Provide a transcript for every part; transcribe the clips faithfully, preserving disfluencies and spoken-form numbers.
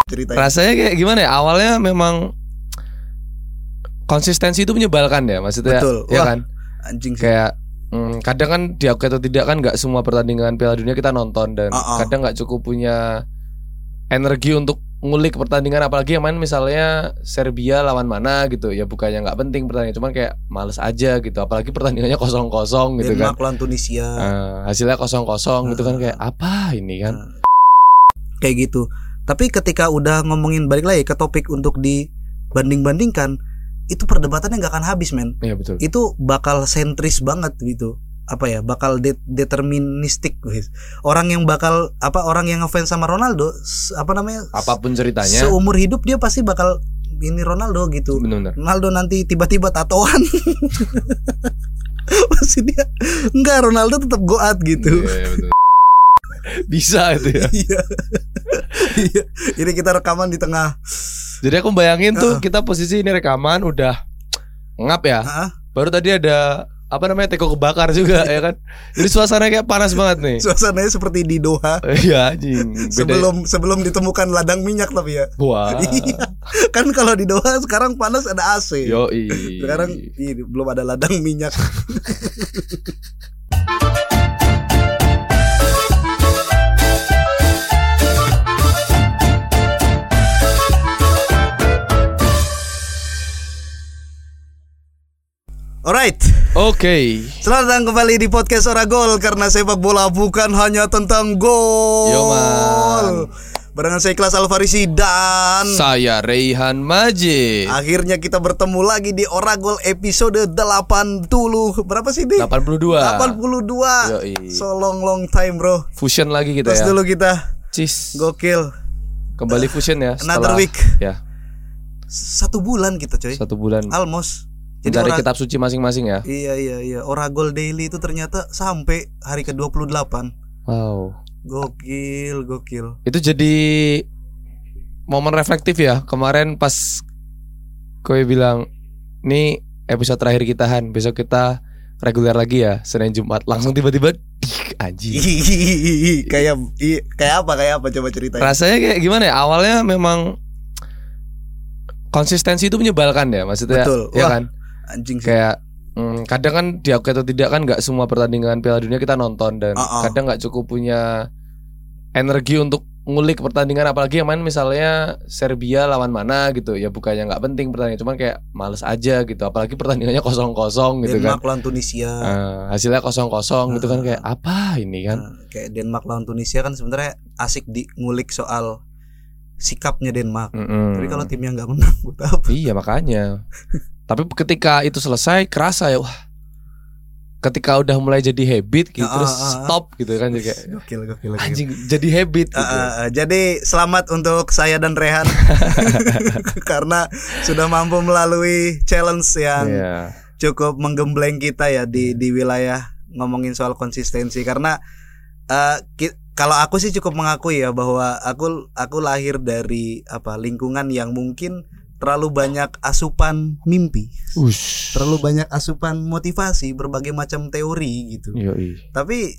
ceritanya. Rasanya kayak gimana ya? Awalnya memang konsistensi itu menyebalkan ya, maksudnya. Betul. Ya Wah, kan? Anjing sih. Kayak hmm, kadang kan diakui atau tidak kan nggak semua pertandingan Piala Dunia kita nonton dan Uh-uh. kadang nggak cukup punya energi untuk ngulik pertandingan, apalagi yang main misalnya Serbia lawan mana gitu ya, bukannya nggak penting pertandingan, cuman kayak males aja gitu, apalagi pertandingannya kosong kosong gitu kan. Denmark lawan Tunisia. Uh, hasilnya kosong kosong gitu kan, kayak apa ini kan? Uh, kayak gitu. Tapi ketika udah ngomongin balik lagi ke topik untuk dibanding-bandingkan, itu perdebatannya nggak akan habis, men. Iya betul. Itu bakal sentris banget gitu. Apa ya, bakal de- deterministik guys. Orang yang bakal apa orang yang ngefans sama Ronaldo, apa namanya? Apapun ceritanya, seumur hidup dia pasti bakal ini Ronaldo gitu. Bener-bener. Ronaldo nanti tiba-tiba tatoan. Pasti dia enggak, Ronaldo tetap goat gitu. Iya, betul. Bisa itu ya. Iya. Iya. Ini kita rekaman di tengah. Jadi aku bayangin tuh Uh-uh. kita posisi ini rekaman udah ngap ya. Uh-uh. Baru tadi ada apa namanya teko kebakar juga ya kan. Jadi suasananya kayak panas banget nih. Suasananya seperti di Doha. Iya anjing. Sebelum sebelum ditemukan ladang minyak tapi ya. Wah. Iya. Kan kalau di Doha sekarang panas ada A C. Yoi. Sekarang ini, belum ada ladang minyak. Alright. Oke. Okay. Selamat datang kembali di podcast Oragol, karena sepak bola bukan hanya tentang gol. Yo man. Barengan saya Ikhlas Alfarisi dan saya Raihan Majid. Akhirnya kita bertemu lagi di Oragol episode delapan puluh. Berapa sih nih? delapan puluh dua. delapan puluh dua. Yoi. So long long time, bro. Fusion lagi kita Terus ya. dulu kita. Cis. Gokil. Kembali fusion ya. Another setelah, week. Ya. Satu bulan kita, coy. Satu bulan. Almost. Jadi dari kitab suci masing-masing ya. Iya iya iya. Oragol Daily itu ternyata sampai hari ke dua puluh delapan. Wow. Gokil, gokil. Itu jadi momen reflektif ya. Kemarin pas kowe bilang, "Nih episode terakhir kita Han, besok kita reguler lagi ya, Senin Jumat." Langsung tiba-tiba anjing. Kayak i, kayak apa? Kayak apa coba ceritain. Rasanya kayak gimana ya? Awalnya memang konsistensi itu menyebalkan ya, maksudnya. Betul. Ya Wah, kan? Anjing sih. Kayak hmm, kadang kan diakui atau tidak kan nggak semua pertandingan Piala Dunia kita nonton dan Uh-uh. kadang nggak cukup punya energi untuk ngulik pertandingan, apalagi yang main misalnya Serbia lawan mana gitu ya, bukannya nggak penting pertandingan, cuman kayak males aja gitu, apalagi pertandingannya kosong kosong gitu Denmark kan. lawan Tunisia. Uh, hasilnya kosong kosong gitu kan, kayak apa ini kan. Nah, kayak Denmark lawan Tunisia kan sebenarnya asik di ngulik soal sikapnya Denmark. Mm-mm. Tapi kalau timnya nggak menang, buat apa? Iya makanya. Tapi ketika itu selesai kerasa ya, wah, ketika udah mulai jadi habit gitu, Uh, terus uh, uh. stop gitu kan, jadi kayak Gokil, gokil, gokil. anjing jadi habit gitu. Uh, uh, uh, jadi selamat untuk saya dan Rehan karena sudah mampu melalui challenge yang Iya. cukup menggembleng kita ya di di wilayah ngomongin soal konsistensi. Karena uh, ki- kalau aku sih cukup mengakui ya bahwa aku aku lahir dari apa lingkungan yang mungkin terlalu banyak asupan mimpi, Ush. terlalu banyak asupan motivasi, berbagai macam teori gitu. Yoi. Tapi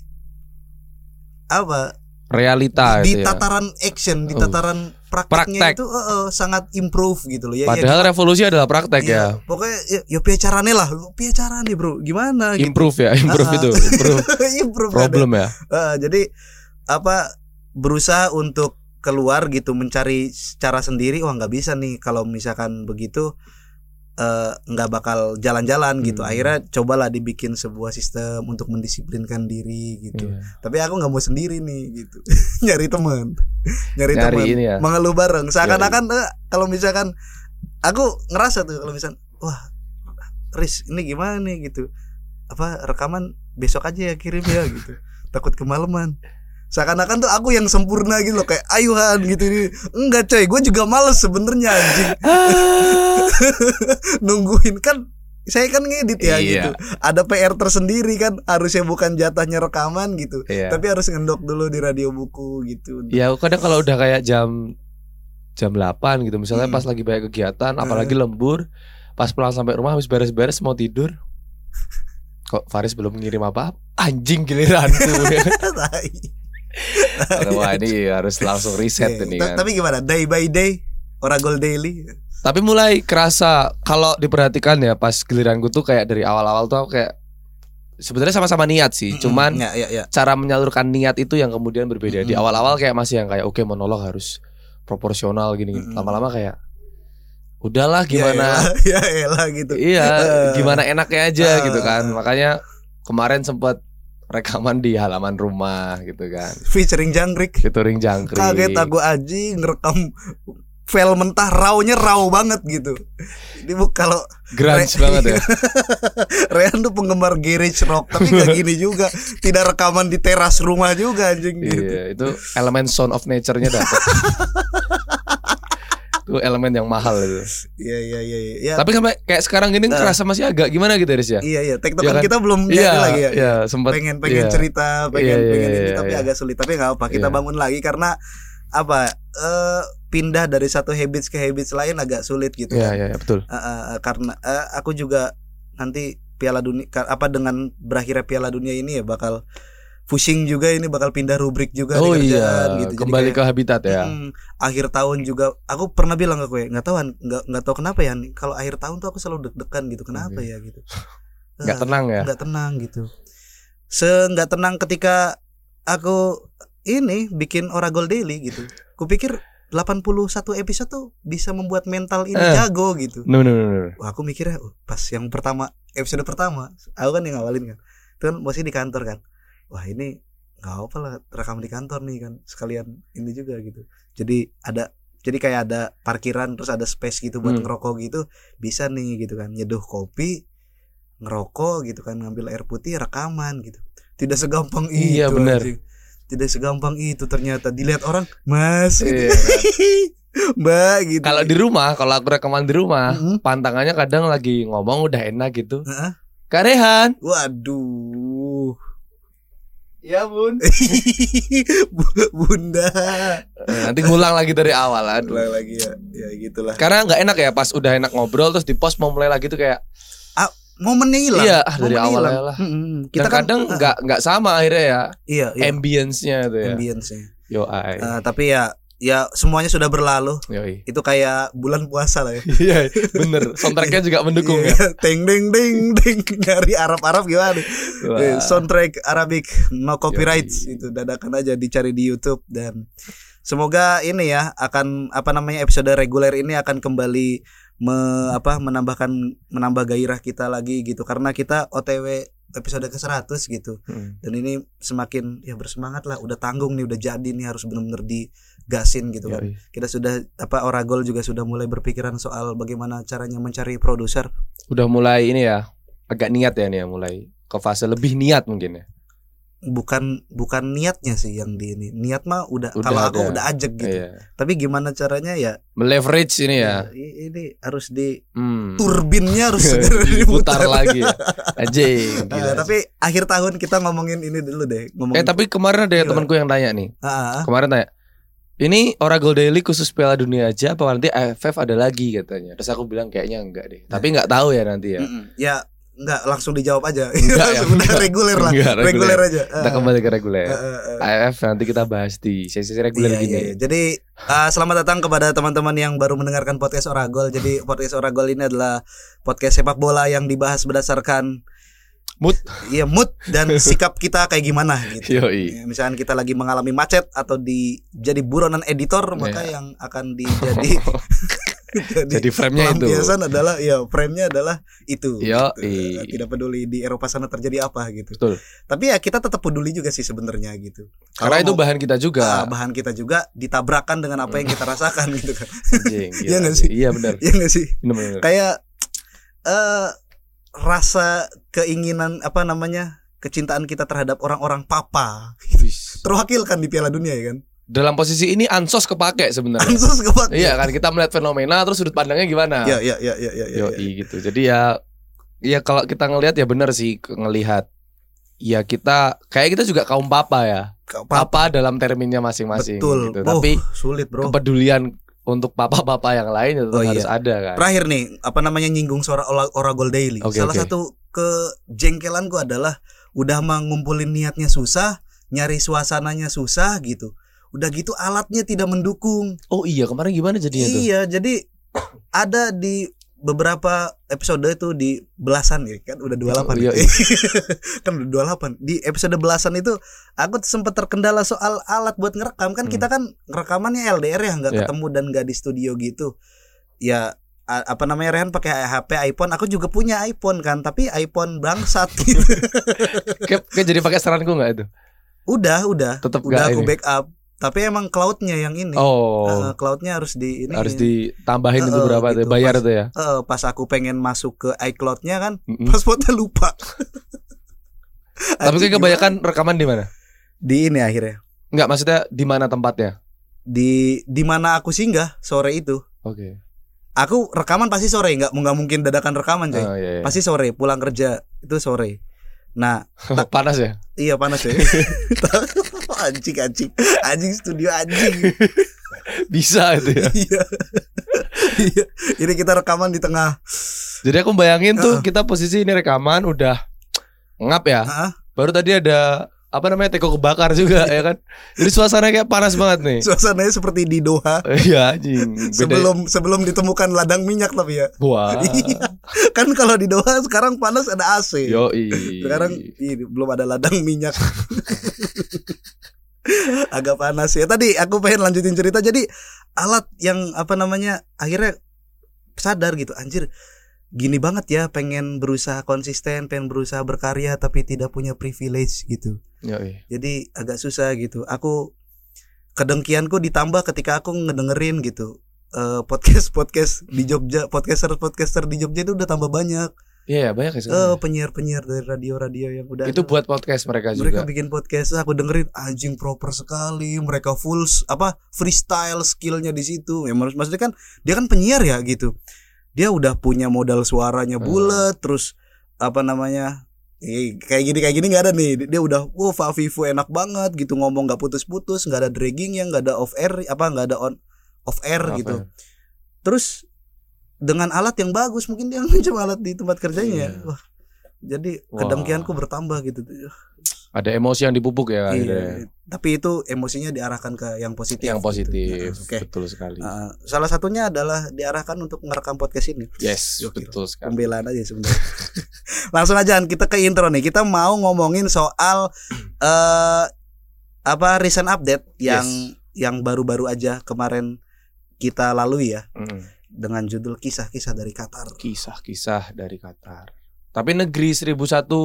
apa Realita di gitu ya. tataran action, di Uh. tataran prakteknya Praktek. itu uh, uh, sangat improve gitu loh ya. Padahal ya, revolusi adalah praktek ya, ya. pokoknya ya, ya piye carane lah, piye carane bro, gimana gitu. Improve ya, improve Uh-uh. itu, improve Improve problem ya. Uh, jadi apa berusaha untuk keluar gitu, mencari cara sendiri. Wah nggak bisa nih kalau misalkan begitu, uh, nggak bakal jalan-jalan gitu. Hmm. Akhirnya cobalah dibikin sebuah sistem untuk mendisiplinkan diri gitu. Iya. Tapi aku nggak mau sendiri nih gitu. Nyari teman, nyari, Nyari teman, ini ya. mengeluh bareng. Seakan-akan uh, kalau misalkan aku ngerasa tuh kalau misalkan wah Riz ini gimana nih gitu, apa rekaman besok aja ya kirim ya gitu. Takut kemalaman. Seakan-akan tuh aku yang sempurna gitu loh, kayak ayuhan gitu. Enggak coy, gue juga males sebenarnya anjing. Nungguin kan, saya kan ngedit ya Iya. gitu. Ada P R tersendiri kan, harusnya bukan jatahnya rekaman gitu. Iya. Tapi harus ngendok dulu di radio buku gitu. Ya kadang kalau udah kayak jam jam delapan gitu, misalnya Hmm. pas lagi banyak kegiatan, apalagi lembur, pas pulang sampai rumah habis beres-beres mau tidur, kok Faris belum ngirim apa? Anjing giliranku. Tai. Wah ini harus langsung reset Iya. ini Ta- kan. Tapi gimana? Day by day, Oragol Daily. Tapi mulai kerasa kalau diperhatikan ya pas giliranku tuh kayak dari awal-awal tuh aku kayak sebenarnya sama-sama niat sih, Mm-mm. cuman ya, ya, ya. cara menyalurkan niat itu yang kemudian berbeda. Di Mm-mm. awal-awal kayak masih yang kayak oke monolog harus proporsional gini. Mm-mm. Lama-lama kayak udahlah gimana Ya elah gitu. iya Eh. gimana enaknya aja Eh. gitu kan. Makanya kemarin sempat rekaman di halaman rumah gitu kan. Featuring Jangkrik. Featuring Jangkrik. Kaget aku aja ngerekam file mentah, raw-nya raw banget gitu. Ini bu kalau grunge Re- banget ya. Rehan tuh penggemar garage rock, tapi gak gini juga. Tidak rekaman di teras rumah juga anjing gitu. Iya, itu elemen sound of nature-nya dapat. Itu elemen yang mahal itu. Iya iya iya iya. Ya, Tapi sampai kayak sekarang gini Eh. kerasa masih agak gimana gitu Riz ya? iya iya, tektokan Iya kan? kita belum Iya, jadi lagi ya. iya, sempat pengen pengen iya. cerita, pengen Iya, iya, pengen ini iya, tapi iya. agak sulit. Tapi nggak apa, kita Iya. bangun lagi karena apa? eh pindah dari satu habits ke habits lain agak sulit gitu Iya, kan. iya, iya, betul. Eh, eh, eh, karena eh, aku juga nanti Piala Dunia ka- apa dengan berakhirnya Piala Dunia ini ya bakal pusing juga, ini bakal pindah rubrik juga Oh di iya, kerjaan gitu. Jadi kembali kayak, ke habitat ya. mm, akhir tahun juga aku pernah bilang ke gue nggak tahu Han, nggak nggak tahu kenapa ya nih, kalau akhir tahun tuh aku selalu deg-degan gitu, kenapa Oke. ya gitu. Nggak Eh, tenang ya. nggak tenang gitu. Se nggak tenang ketika aku ini bikin Oragol Daily gitu. Kupikir delapan puluh satu episode tuh bisa membuat mental ini Eh. jago gitu. No, no, no, no. Wah, aku mikirnya oh, pas yang pertama, episode pertama, aku kan yang ngawalin kan. Itu kan masih di kantor kan. Wah, ini nggak apa lah rekam di kantor nih kan. Sekalian ini juga gitu. Jadi ada jadi kayak ada parkiran terus ada space gitu buat Hmm. ngerokok gitu. Bisa nih gitu kan. Nyeduh kopi, ngerokok gitu kan, ngambil air putih, rekaman gitu. Tidak segampang Iya, itu. benar. anjing. Tidak segampang itu ternyata. Dilihat orang, Mas gitu. Iya, kan? Mbak gitu. Kalau di rumah, kalau aku rekaman di rumah, Mm-mm. pantangannya kadang lagi ngomong udah enak gitu. Heeh. Kak Rehan, Waduh. ya bun. Bu- Bunda. Eh, Nanti ngulang lagi dari awal. Aduh. Ulang lagi ya. Ya gitulah. Karena nggak enak ya pas udah enak ngobrol terus di post mau mulai lagi tuh kayak Momennya hilang. Iya, ah, dari Momennya awal hilang. ya lah. Mm-mm. kita Kita kan kadang ah, nggak nggak sama akhirnya ya iya, iya. ambience-nya itu ya. Ambience-nya. Yo ai. Eh, tapi ya ya semuanya sudah berlalu. Yoi. Itu kayak bulan puasa lah ya. Iya, bener. Soundtracknya juga mendukung ya. Iya, Teng ding ding ding nyari Arab-Arab gimana? Wah. Eh, Soundtrack Arabic no copyright Yoi. itu dadakan aja dicari di YouTube. Dan semoga ini ya akan apa namanya episode reguler ini akan kembali me, apa menambahkan menambah gairah kita lagi gitu, karena kita O T W episode ke seratus gitu. Hmm. Dan ini semakin ya bersemangat lah, udah tanggung nih, udah jadi nih, harus benar-benar digasin gitu kan. Yoi. Kita sudah apa Oragol juga sudah mulai berpikiran soal bagaimana caranya mencari produser. Udah mulai ini ya, agak niat ya nih ya, mulai ke fase lebih niat mungkin ya. Bukan bukan niatnya sih yang di ini. Niat mah udah, Udah kalau aku ada. udah ajak gitu. Iya. Tapi gimana caranya ya? Meleverage ini ya. i- Ini harus di Hmm. turbinnya harus segera diputar diputar lagi ya. Anjing, Nah, gila. tapi akhir tahun kita ngomongin ini dulu deh. Ngomongin Eh tapi kemarin ada Gila. temanku yang tanya nih. Ah, ah. Kemarin tanya, ini Oragol Daily khusus Piala Dunia aja apa nanti A F F ada lagi katanya. Terus aku bilang kayaknya enggak deh. Tapi enggak tahu ya nanti ya. Mm-mm. Ya enggak langsung dijawab aja. Enggak ya, Langsung udah enggak. reguler lah. Enggak, reguler. reguler aja. Kita Ah, kembali ke reguler. ah, ah, ah. A F F nanti kita bahas di sesi reguler Iya, gini. iya, iya. Jadi uh, selamat datang kepada teman-teman yang baru mendengarkan podcast Oragol. Jadi podcast Oragol ini adalah podcast sepak bola yang dibahas berdasarkan Mood. Iya, mood dan sikap kita kayak gimana gitu. Yoi. Ya, misalkan kita lagi mengalami macet atau di jadi buronan editor, maka Iya. yang akan dijadi jadi, Jadi frame-nya itu. pelampiasan adalah ya frame-nya adalah itu. Yo, gitu. i. Tidak peduli di Eropa sana terjadi apa gitu. Betul. Tapi ya kita tetap peduli juga sih sebenarnya gitu. Karena Kalau itu mau- bahan kita Ah, juga. bahan kita juga ditabrakan dengan apa yang kita rasakan gitu kan. Anjing, Iya gila nggak sih? Iya benar. Iya nggak sih? Benar-benar. Kayak eh rasa keinginan apa namanya kecintaan kita terhadap orang-orang papa Wis. terwakilkan di Piala Dunia ya kan. Dalam posisi ini ansos kepake sebenarnya. Ansus kepake. Iya kan kita melihat fenomena terus sudut pandangnya gimana? Ya ya ya ya ya. ya, Yoi ya. gitu. Jadi ya ya kalau kita ngelihat ya benar sih ke- ngelihat ya kita kayak kita juga kaum papa ya. Kau Papa dalam terminnya masing-masing betul. gitu. Oh, Tapi sulit, Bro. kepedulian untuk papa-papa yang lain itu Oh, harus iya. ada kan. Terakhir nih, apa namanya nyinggung suara Ola- Oragol Daily. Oke, Salah oke. satu kejengkelan gua adalah udah mah ngumpulin niatnya susah, nyari suasananya susah gitu. Udah gitu alatnya tidak mendukung. Oh iya, kemarin gimana jadinya tuh? Iya, jadi ada di beberapa episode itu di belasan ya kan udah dua puluh delapan. Oh, iya, iya. Kan udah dua puluh delapan. Di episode belasan itu aku sempat terkendala soal alat buat ngerekam kan. Hmm. Kita kan ngerekamannya L D R ya, nggak yeah. ketemu dan nggak di studio gitu. Ya a- apa namanya, Rehan pakai H P iPhone, aku juga punya iPhone kan, tapi iPhone bangsat gitu. Kayak kayak jadi pakai saranku nggak itu? Udah, udah. Tetep udah aku ini. backup. Tapi emang cloudnya yang ini, oh. uh, cloudnya harus di ini, harus ditambahin uh, itu berapa gitu. tuh, bayar pas, tuh ya. Uh, pas aku pengen masuk ke iCloud-nya kan, Mm-mm. passwordnya lupa. Tapi kayak kebanyakan rekaman di mana? Di ini akhirnya. Enggak, maksudnya di mana tempatnya? Di di mana aku singgah sore itu. Oke. Okay. Aku rekaman pasti sore, nggak nggak mungkin dadakan rekaman coy. Oh, iya, iya. Pasti sore, pulang kerja itu sore. Nah, tak, panas ya? Iya panas ya. anjing anjing anjing studio anjing. Bisa itu ya. Iya. Iya. Ini kita rekaman di tengah. Jadi aku bayangin tuh uh. kita posisi ini rekaman udah ngap ya. Uh. Baru tadi ada apa namanya, teko kebakar juga ya kan. Jadi suasananya kayak panas banget nih. Suasananya seperti di Doha. Iya anjing. Sebelum sebelum ditemukan ladang minyak tapi ya. Wah. Iya. Kan kalau di Doha sekarang panas ada A C. Yoi. Sekarang ini belum ada ladang minyak. Agak panas ya. Tadi aku pengen lanjutin cerita. Jadi alat yang apa namanya, akhirnya sadar gitu, anjir gini banget ya, pengen berusaha konsisten, pengen berusaha berkarya tapi tidak punya privilege gitu. Yoi. Jadi agak susah gitu. Aku kedengkianku ditambah ketika aku ngedengerin gitu uh, podcast podcast di Jogja, podcaster podcaster di Jogja itu udah tambah banyak. Iya yeah, banyak ya uh, penyiar-penyiar dari radio-radio yang udah itu buat podcast mereka, mereka juga. bikin podcast, aku dengerin anjing proper sekali, mereka full apa freestyle skillnya di situ. Ya maksudnya kan dia kan penyiar ya gitu. Dia udah punya modal suaranya bulat, hmm. terus apa namanya, eh, kayak gini kayak gini nggak ada nih. Dia udah wow Favivo enak banget gitu, ngomong nggak putus-putus, nggak ada dragging, yang nggak ada off air apa nggak ada on off air apa gitu. Ya? Terus dengan alat yang bagus, mungkin dia minjem alat di tempat kerjanya. Yeah. Wah, jadi kedengkianku bertambah gitu. Ada emosi yang dipupuk ya. Iya, tapi itu emosinya diarahkan ke yang positif. Yang positif, gitu. Nah, okay. Betul sekali. Uh, salah satunya adalah diarahkan untuk merekam podcast ini. Yes, Yuk, betul sekali. Pembelaan aja sebenarnya. Langsung aja kita ke intro nih. Kita mau ngomongin soal uh, apa recent update yang yes. yang baru-baru aja kemarin kita lalui ya. Mm. Dengan judul kisah-kisah dari Qatar. Kisah-kisah dari Qatar. Tapi negeri seribu satu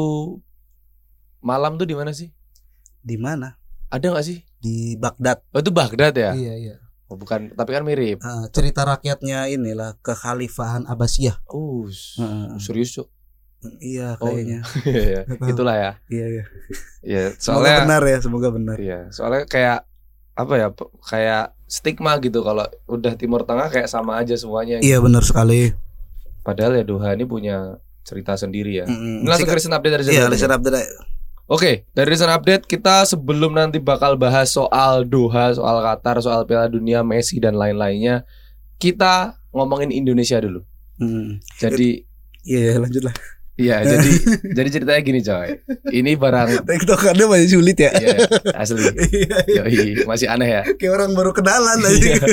malam tuh di mana sih? Di mana? Ada nggak sih? Di Baghdad. Oh itu Baghdad ya? Iya iya. Oh bukan, tapi kan mirip. Uh, cerita rakyatnya inilah kekhalifahan Abbasiyah. Oh uh, serius cok? Iya kayaknya. Oh, iya, itulah ya. Iya iya. Iya soalnya. Semoga benar ya, semoga benar. Iya soalnya kayak apa ya? Kayak stigma gitu kalau udah Timur Tengah kayak sama aja semuanya. Iya gitu. Benar sekali. Padahal ya Doha ini punya cerita sendiri ya. Mm-hmm. Ini langsung ke recent update dari Iya recent update. Oke, dari recent update kita sebelum nanti bakal bahas soal Doha, soal Qatar, soal Piala Dunia, Messi dan lain-lainnya, kita ngomongin Indonesia dulu. Hmm. Jadi, iya lanjutlah. Iya, jadi jadi ceritanya gini coy. Ini barang tektokannya masih sulit ya. Iya, asli. Yoi, masih aneh ya. Kayak orang baru kenalan aja.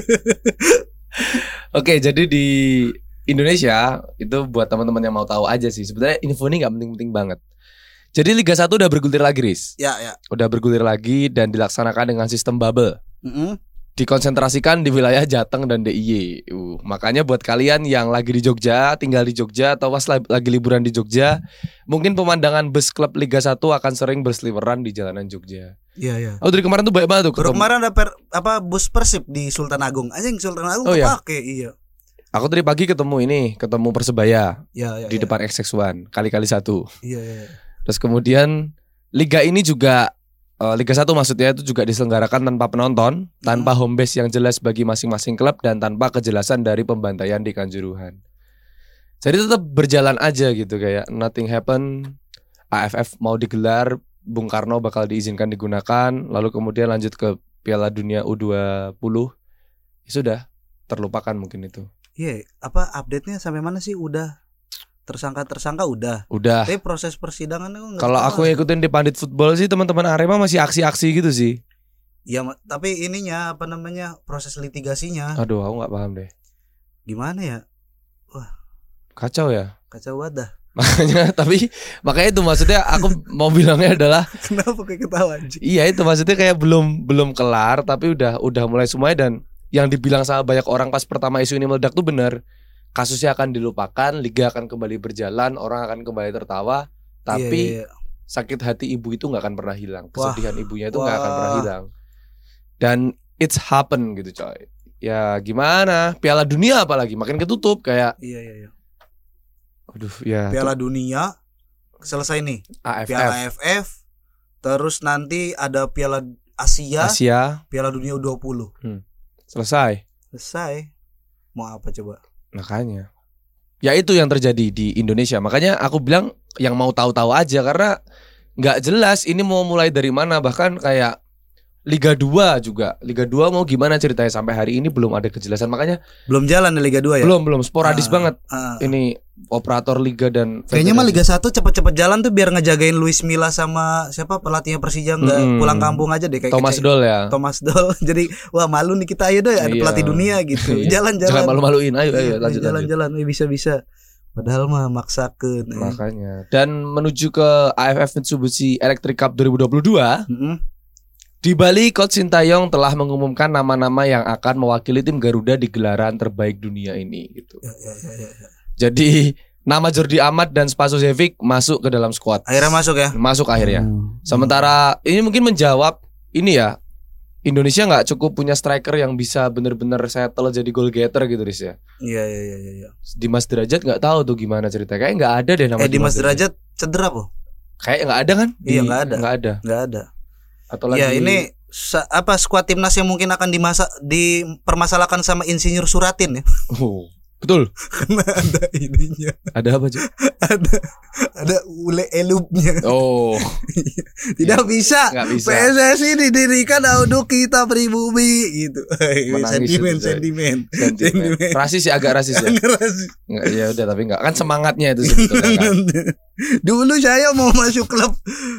Oke, jadi di Indonesia itu buat teman-teman yang mau tahu aja sih. Sebenarnya info ini nggak penting-penting banget. Jadi Liga satu udah bergulir lagi, Riz. Ya, ya. Udah bergulir lagi dan dilaksanakan dengan sistem bubble. Mm-hmm. Dikonsentrasikan di wilayah Jateng dan D I Y. Uh, makanya buat kalian yang lagi di Jogja, tinggal di Jogja atau pas lagi liburan di Jogja, mungkin pemandangan bus klub Liga satu akan sering berseliweran di jalanan Jogja. Iya, iya. Oh, dari kemarin tuh banyak banget tuh. Baru kemarin ada per, apa bus Persib di Sultan Agung. Anjing Sultan Agung oh, kepake, iya. iya. Aku tadi pagi ketemu ini, ketemu Persebaya. Ya, ya, di ya. depan X X satu, kali-kali satu. Iya, iya. Terus kemudian Liga ini juga uh, Liga satu maksudnya itu juga diselenggarakan tanpa penonton, hmm. tanpa home base yang jelas bagi masing-masing klub dan tanpa kejelasan dari pembantaian di Kanjuruhan. Jadi tetap berjalan aja gitu, kayak nothing happen. A F F mau digelar, Bung Karno bakal diizinkan digunakan, lalu kemudian lanjut ke Piala Dunia U dua puluh. Ya sudah, terlupakan mungkin itu. Iya, yeah, apa update-nya sampai mana sih? Udah tersangka-tersangka udah. Udah. Tapi proses persidangan aku Kalau aku ngikutin di Pandit Football sih teman-teman Arema masih aksi-aksi gitu sih. Ya, tapi ininya apa namanya? Proses litigasinya. Aduh, aku nggak paham deh. Gimana ya? Kacau ya. Kacau wadah. Makanya tapi makanya itu maksudnya aku mau bilangnya adalah Kenapa kayak ketawa anjing? iya itu maksudnya kayak belum belum kelar tapi udah udah mulai semuanya, dan yang dibilang sama banyak orang pas pertama isu ini meledak tuh benar. Kasusnya akan dilupakan, liga akan kembali berjalan, orang akan kembali tertawa, tapi Iya, iya, iya. sakit hati ibu itu nggak akan pernah hilang, kesedihan Wah, ibunya itu nggak akan wah. pernah hilang. Dan it's happen gitu coy. Ya gimana? Piala Dunia apalagi makin ketutup kayak Iya, iya, iya. aduh ya Piala Dunia selesai nih. A F F Piala A F F. Terus nanti ada Piala Asia, Asia Piala Dunia U dua puluh. selesai. Selesai. Mau apa coba? Makanya ya itu yang terjadi di Indonesia. Makanya aku bilang yang mau tahu-tahu aja, karena nggak jelas ini mau mulai dari mana. Bahkan kayak Liga dua juga, Liga dua mau gimana ceritanya sampai hari ini belum ada kejelasan. Makanya Belum jalan di Liga dua ya? belum belum sporadis Ah, banget ah. ini operator liga dan Kayaknya mah federasi. Liga satu cepet-cepet jalan tuh biar ngejagain Luis Milla sama siapa pelatihnya Persija nggak Mm-mm. pulang kampung aja deh kayak Thomas kayak- Doll ya. Thomas Doll. Jadi wah malu nih kita, ayo deh ada Iya. pelatih dunia gitu. Iya. Jalan-jalan. Jangan malu-maluin, ayo ayo lanjut lanjut. Jalan-jalan eh, bisa-bisa. Padahal mah maksakeun. eh. Makanya. Dan menuju ke A F F Mitsubishi Electric Cup dua ribu dua puluh dua, Mm-mm. di Bali Coach Sintayong telah mengumumkan nama-nama yang akan mewakili tim Garuda di gelaran terbaik dunia ini gitu. Ya, ya, ya, ya, ya. Jadi nama Jordi Amat dan Spasojevic masuk ke dalam skuad. Akhirnya masuk ya. Masuk akhirnya. Hmm. Sementara ini mungkin menjawab ini ya, Indonesia nggak cukup punya striker yang bisa bener-bener settle jadi goal getter gitu Riz ya. Iya iya iya iya. Dimas Derajat nggak tahu tuh gimana ceritanya. Kayak nggak ada deh nama Eh Dimas Derajat cedera po? Kayak nggak ada kan? Iya, nggak ada. Nggak ada. Nggak ada. Atau lagi Ya ini sa- apa skuad timnas yang mungkin akan dimasa dipermasalahkan sama Insinyur Suratin ya. Oh, betul. Karena ada ininya. Ada apa Cuk? Ada ada ule elubnya. Oh, Tidak bisa. nggak bisa. P S S I didirikan untuk kita pribumi gitu. Menangis sentimen, itu, Coy. sentimen, Sentimen. sentimen. Rasis ya, agak rasis ya. Ngeras. Nggak, ya udah tapi nggak kan semangatnya itu sebetulnya kan. Dulu saya mau masuk klub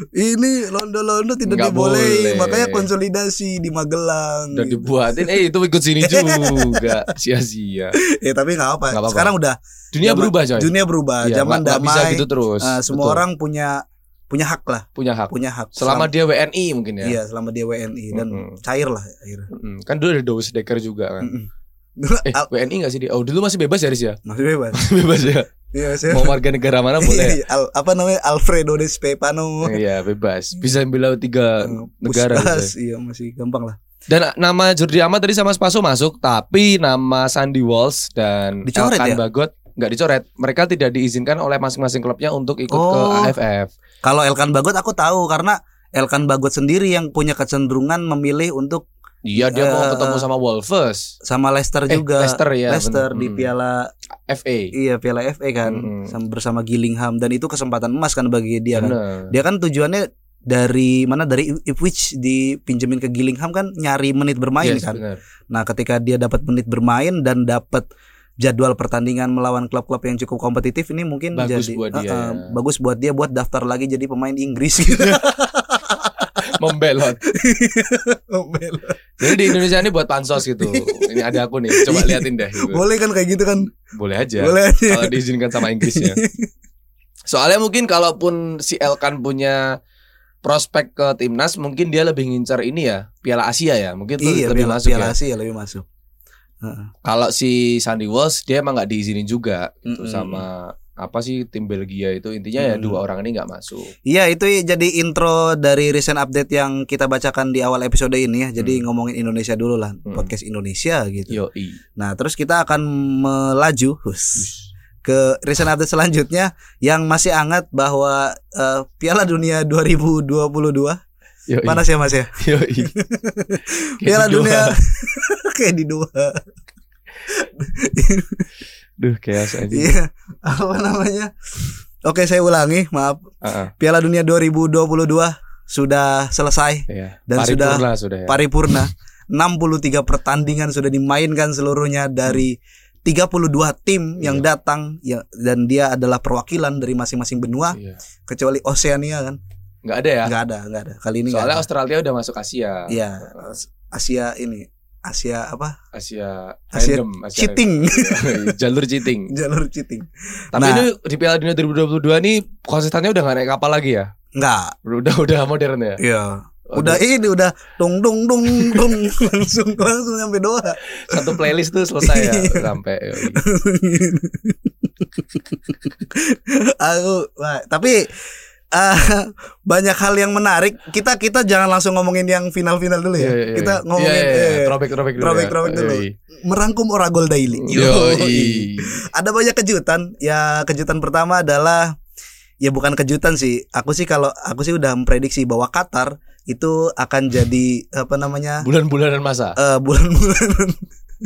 ini Londo-Londo tidak Nggak dibolehin, boleh. makanya konsolidasi di Magelang. Udah gitu. dibuatin, eh itu ikut sini juga, sia-sia. Ya tapi nggak apa. Nggak apa-apa. Sekarang udah Dunia zaman- berubah coy. dunia berubah, Iya, zaman nggak- nggak damai. bisa gitu terus. Uh, semua Betul. orang punya punya hak lah, punya hak. punya hak. Selama dia W N I mungkin ya. iya, selama dia W N I dan Mm-mm. cair lah akhirnya. Mm-mm. Kan dulu ada Dawes Dekker juga kan. Mm-mm. Dulu Eh Al- W N I gak sih dia? Oh dulu masih bebas ya Riz ya? masih bebas. Bebas ya. Iya, saya. Mau warga negara mana boleh. Al- apa namanya Alfredo De Stefano. Iya bebas. Bisa bela tiga negara. Puskas, gitu ya. iya masih gampang lah. Dan nama Jordi Amat tadi sama Spaso masuk, tapi nama Sandy Walsh dan Dicoret Elkan ya? Bagot nggak dicoret. Mereka tidak diizinkan oleh masing-masing klubnya untuk ikut ke Oh. A F F. Kalau Elkan Bagot aku tahu karena Elkan Bagot sendiri yang punya kecenderungan memilih untuk Iya dia mau Eh, ketemu sama Wolves. sama Leicester Eh, juga. Leicester ya. Leicester bener. di Hmm. Piala F A. iya Piala F A kan Mm-mm. sama bersama Gillingham dan itu kesempatan emas kan bagi dia kan. Bener. Dia kan tujuannya dari mana dari Ipswich dipinjemin ke Gillingham kan nyari menit bermain Yes, kan. bener. Nah, ketika dia dapat menit bermain dan dapat jadwal pertandingan melawan klub-klub yang cukup kompetitif ini mungkin Bagus jadi buat dia, uh, uh, ya. bagus buat dia buat daftar lagi jadi pemain Inggris gitu. Membelot. Jadi di Indonesia ini buat pansos gitu. Ini ada aku nih, coba liatin deh gitu. Boleh kan kayak gitu kan? Boleh aja. Boleh aja. Kalau diizinkan sama Inggrisnya. Soalnya mungkin kalaupun si Elkan punya prospek ke timnas, mungkin dia lebih ngincar ini ya, Piala Asia ya. Mungkin tuh Iya, lebih Piala, masuk Piala ya. Asia lebih masuk. Heeh. Kalau si Sandy Walsh dia emang nggak diizinin juga gitu Mm-mm. sama apa sih tim Belgia itu, intinya ya Mm. dua orang ini nggak masuk. Iya, itu jadi intro dari recent update yang kita bacakan di awal episode ini ya. Jadi ngomongin Indonesia dulu lah, Hmm. podcast Indonesia gitu. Yoi. Nah, terus kita akan melaju hus, ke recent update selanjutnya yang masih hangat bahwa eh, Piala Dunia dua ribu dua puluh dua Yoi. panas ya Mas ya. Yoi. Piala Kayak di Dunia Doha. kayak di dua. Duh chaos aja. Iya, apa namanya? Oke, saya ulangi, maaf. Heeh. Piala Dunia dua ribu dua puluh dua sudah selesai Iya. dan sudah Paripurna sudah ya. paripurna. enam puluh tiga pertandingan sudah dimainkan seluruhnya dari tiga puluh dua tim yang Iya. datang ya, dan dia adalah perwakilan dari masing-masing benua Iya. kecuali Oceania kan. Nggak ada ya? Nggak ada, nggak ada. Kali ini nggak Soalnya ada. Australia udah masuk Asia. Iya, Asia ini, Asia apa? Asia Asia random, Asia cheating. random. Jalur cheating. Jalur cheating. Tapi Nah. ini di Piala Dunia dua ribu dua puluh dua nih konsistennya udah nggak naik kapal lagi ya? Nggak. Udah udah modern ya? Iya. Oh, Udah ini udah dong dong dong dong langsung langsung sampai doa. Satu playlist tuh selesai ya sampai. yoi. Aku wah, tapi uh, banyak hal yang menarik. Kita kita jangan langsung ngomongin yang final-final dulu ya. Iya, iya, iya. Kita ngomongin Iya, iya, iya. eh, Throwback-throwback dulu throwback- ya. throwback dulu. Yoi. merangkum Oragol Daily. Yoi. Ada banyak kejutan. Ya kejutan pertama adalah ya bukan kejutan sih. Aku sih kalau aku sih udah memprediksi bahwa Qatar itu akan jadi apa namanya? Bulan-bulanan masa. eh bulan-bulan.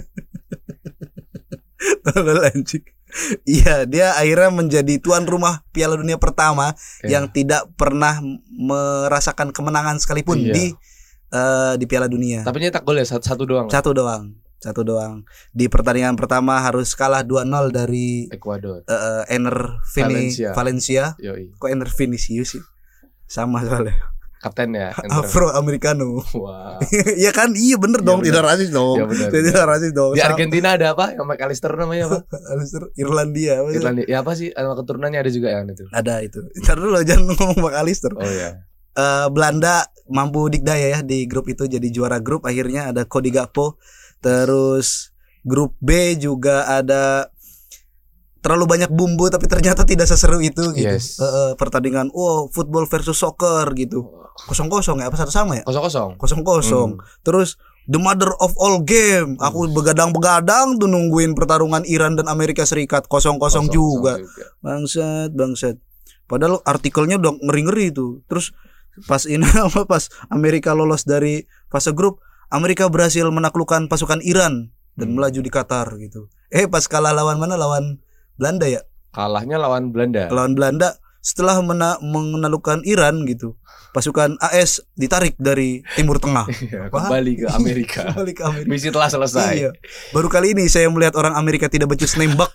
Tolol anjing. Iya, dia akhirnya menjadi tuan rumah Piala Dunia pertama Iya. yang tidak pernah merasakan kemenangan sekalipun Iya. di eh, di Piala Dunia. Tapi nyetak gol ya satu, satu doang. Satu doang, satu doang. Di pertandingan pertama harus kalah dua nol dari Ekuador. uh, Ener Vini Valencia. Valencia. Yoi. Kok Ener Vinicius sih? Sama soalnya. Kapten ya. Enter. Afro Americano. Wah. Iya kan? Iya bener dong, bener. tidak rasis dong. Iya, bener, Tidak bener. rasis dong. Di Sama- Argentina ada apa? Yang McAllister namanya apa? Alistair, Irlandia. apa sih? Irlandia. Ya apa sih? Nama keturunannya ada juga yang itu. Ada itu. Ntar dulu jangan ngomong Bang Alistair. Oh ya. Eh, Belanda mampu dikdaya ya di grup itu, jadi juara grup. Akhirnya ada Cody Gakpo. Terus grup B juga ada terlalu banyak bumbu tapi ternyata tidak seseru itu gitu. Yes. Eh, eh, pertandingan oh football versus soccer gitu. Kosong kosong ya apa satu sama ya? Kosong kosong. Kosong kosong. Hmm. Terus the mother of all game. Aku begadang-begadang tuh nungguin pertarungan Iran dan Amerika Serikat kosong kosong juga. Bangsat, bangsat. Padahal artikelnya udah ngeri-ngeri itu. Terus pas ini apa pas Amerika lolos dari fase grup, Amerika berhasil menaklukkan pasukan Iran dan Hmm. melaju di Qatar gitu. Eh pas kalah lawan mana? Lawan Belanda ya. Kalahnya lawan Belanda. Lawan Belanda setelah mena- menaklukkan Iran gitu. Pasukan A S ditarik dari Timur Tengah. Iya, Apa? kembali ke Amerika. Kembali ke Amerika. Misi telah selesai. Iya. Baru kali ini saya melihat orang Amerika tidak becus nembak.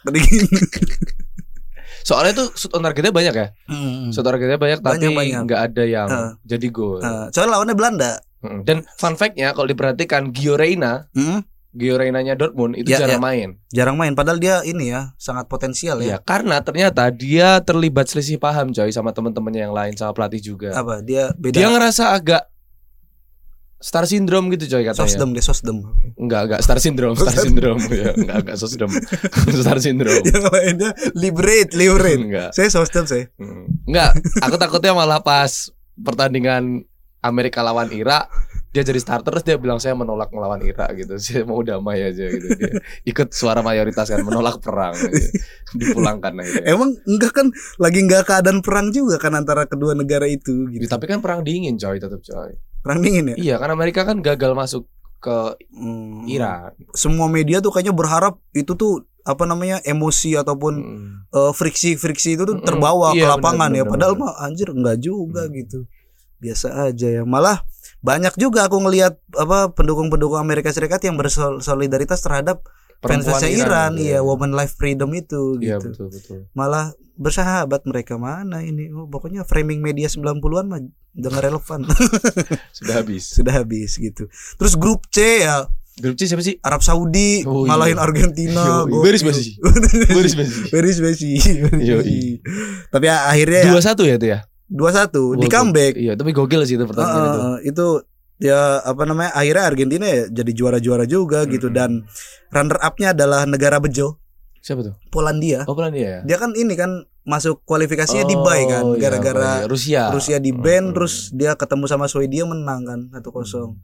Soalnya tuh shoot on targetnya banyak ya. Hmm. Shoot on targetnya banyak, tapi Banyak-banyak. nggak ada yang Uh. jadi gol. Uh, soalnya lawannya Belanda. Mm. Dan fun fact-nya kalau diperhatikan Gio Reyna, Hmm? Gio Reynanya Dortmund itu Ya, jarang ya. main. Jarang main. Padahal dia ini ya sangat potensial Iya, ya. karena ternyata dia terlibat selisih paham coy sama teman-temannya yang lain, sama pelatih juga. Apa? Dia beda. Dia ngerasa agak star syndrome gitu coy katanya. Sosdem dia sosdem. Enggak, enggak star syndrome, star syndrome ya, enggak enggak sosdem. Star syndrome. Yang lainnya liberate, liberate. Enggak. Saya sosdem saya. Mm. Enggak, aku takutnya malah pas pertandingan Amerika lawan Irak dia jadi starter terus dia bilang saya menolak melawan Irak gitu. Saya mau damai aja gitu. Dia ikut suara mayoritas kan menolak perang gitu. Dipulangkan akhirnya. Emang enggak kan lagi enggak keadaan perang juga kan antara kedua negara itu Ya, gitu. tapi kan perang dingin coy tetap coy. Perang dingin ya? Iya, kan Amerika kan gagal masuk ke Hmm. Iran. Semua media tuh kayaknya berharap itu tuh apa namanya emosi ataupun Mm. eh, friksi-friksi itu tuh Mm-mm. terbawa Iya, ke lapangan benar, ya. benar, Padahal benar. mah anjir enggak juga Hmm. gitu. Biasa aja ya. Malah banyak juga aku ngelihat apa pendukung-pendukung Amerika Serikat yang bersolidaritas terhadap Perempuan fans-fansnya Iran, gitu iya, Women Life Freedom itu Iya, gitu. betul betul. Malah bersahabat mereka mana ini. Oh, pokoknya framing media sembilan puluhan mah udah nggak relevan. Sudah habis. Sudah habis gitu. Terus grup C ya Grup C siapa sih? Arab Saudi Oh, ngalahin iya. Argentina. Yoi, beres Messi. Beres Messi. Beris Messi. Yoi. Tapi ya, akhirnya dua ya satu ya itu ya. dua satu di Wah, comeback. Iya, tapi gokil sih itu pertandingan itu. Uh, itu ya apa namanya akhirnya Argentina ya jadi juara-juara juga gitu Mm-mm. dan runner up-nya adalah negara bejo Siapa tuh? Polandia. Oh, Polandia ya. Dia kan ini kan masuk kualifikasinya di Oh, bye kan iya, gara-gara bye. Rusia. Rusia di ban Mm-mm. terus dia ketemu sama Swedia menang kan satu kosong.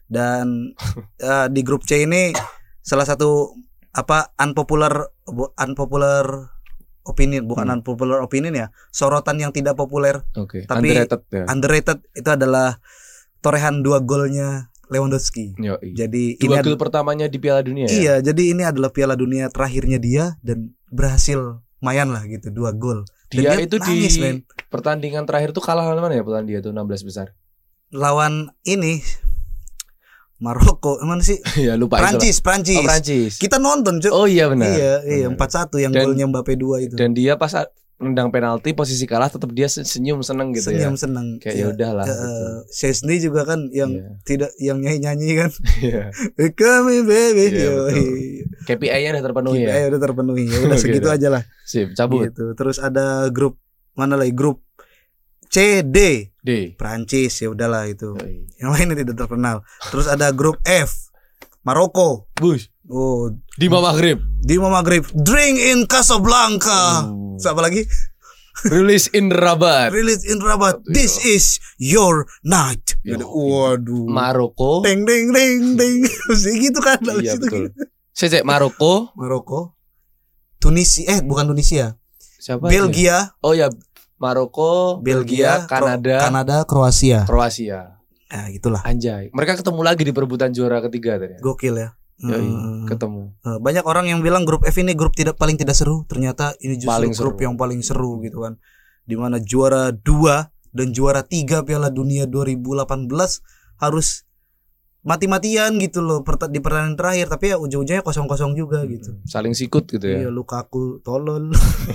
Dan uh, di grup C ini salah satu apa unpopular bu- unpopular opinion bukan Hmm. unpopular opinion ya, sorotan yang tidak populer Oke. Tapi- Underrated ya. underrated itu adalah torehan dua golnya Lewandowski. Yoi. Jadi Dua ini gol ad- pertamanya di Piala Dunia ya. iya, jadi ini adalah Piala Dunia terakhirnya dia dan berhasil lumayan lah gitu dua gol. Dan Dia itu nangis, di men. pertandingan terakhir tuh kalah lawan mana ya Polandia tuh enam belas besar. Lawan ini Maroko, mana sih? Ya lupa Prancis, itulah. Prancis. Oh, Prancis. Kita nonton, Cuk. Oh iya benar. Iya, iya Benar. empat satu yang Dan- golnya Mbappe dua itu. Dan dia pas nendang penalti posisi kalah tetap dia senyum seneng gitu Senyum ya. seneng. Kayak Iya. ya udahlah Eh, gitu. Chesney juga kan yang Iya. tidak yang nyanyi-nyanyi kan. Iya. Kami baby. Iya, Yoi. K P I-nya udah terpenuhi ya. Eh udah terpenuhi. Ya udah Oke, segitu udah. aja lah. Sip, cabut. Gitu. Terus ada grup mana lagi? Grup C D D. Prancis, ya udahlah itu. Yoi. Yang lainnya tidak terkenal. Terus ada grup F Maroko. Bush. Oh, Di Maghrib. di Maghrib. Drink in Casablanca. Oh. Siapa lagi? Release in Rabat. Release in Rabat. Aduh, This is your night. Yo. Waduh. Maroko. Ding ding ding ding. Mesti gitu kan. Iya Habis itu betul. gitu. Saya cek Maroko. Maroko. Tunisia eh bukan Tunisia. Siapa? Belgia, aja? Oh ya, Maroko, Belgia, Belgia, Kanada, Kro- Kanada, Kroasia. Kroasia. Nah, itulah. Anjay. Mereka ketemu lagi di perebutan juara ketiga tadi. Gokil ya. Yoi, Hmm. ketemu. Eh, Banyak orang yang bilang grup F ini grup tidak paling tidak seru. Ternyata ini justru Paling grup seru. yang paling seru gitu kan. Dimana juara dua dan juara tiga Piala Dunia dua ribu delapan belas harus mati-matian gitu loh perta- di pertandingan terakhir. Tapi ya ujung-ujungnya kosong-kosong juga gitu. Saling sikut gitu Iya, ya. Lukaku tolol.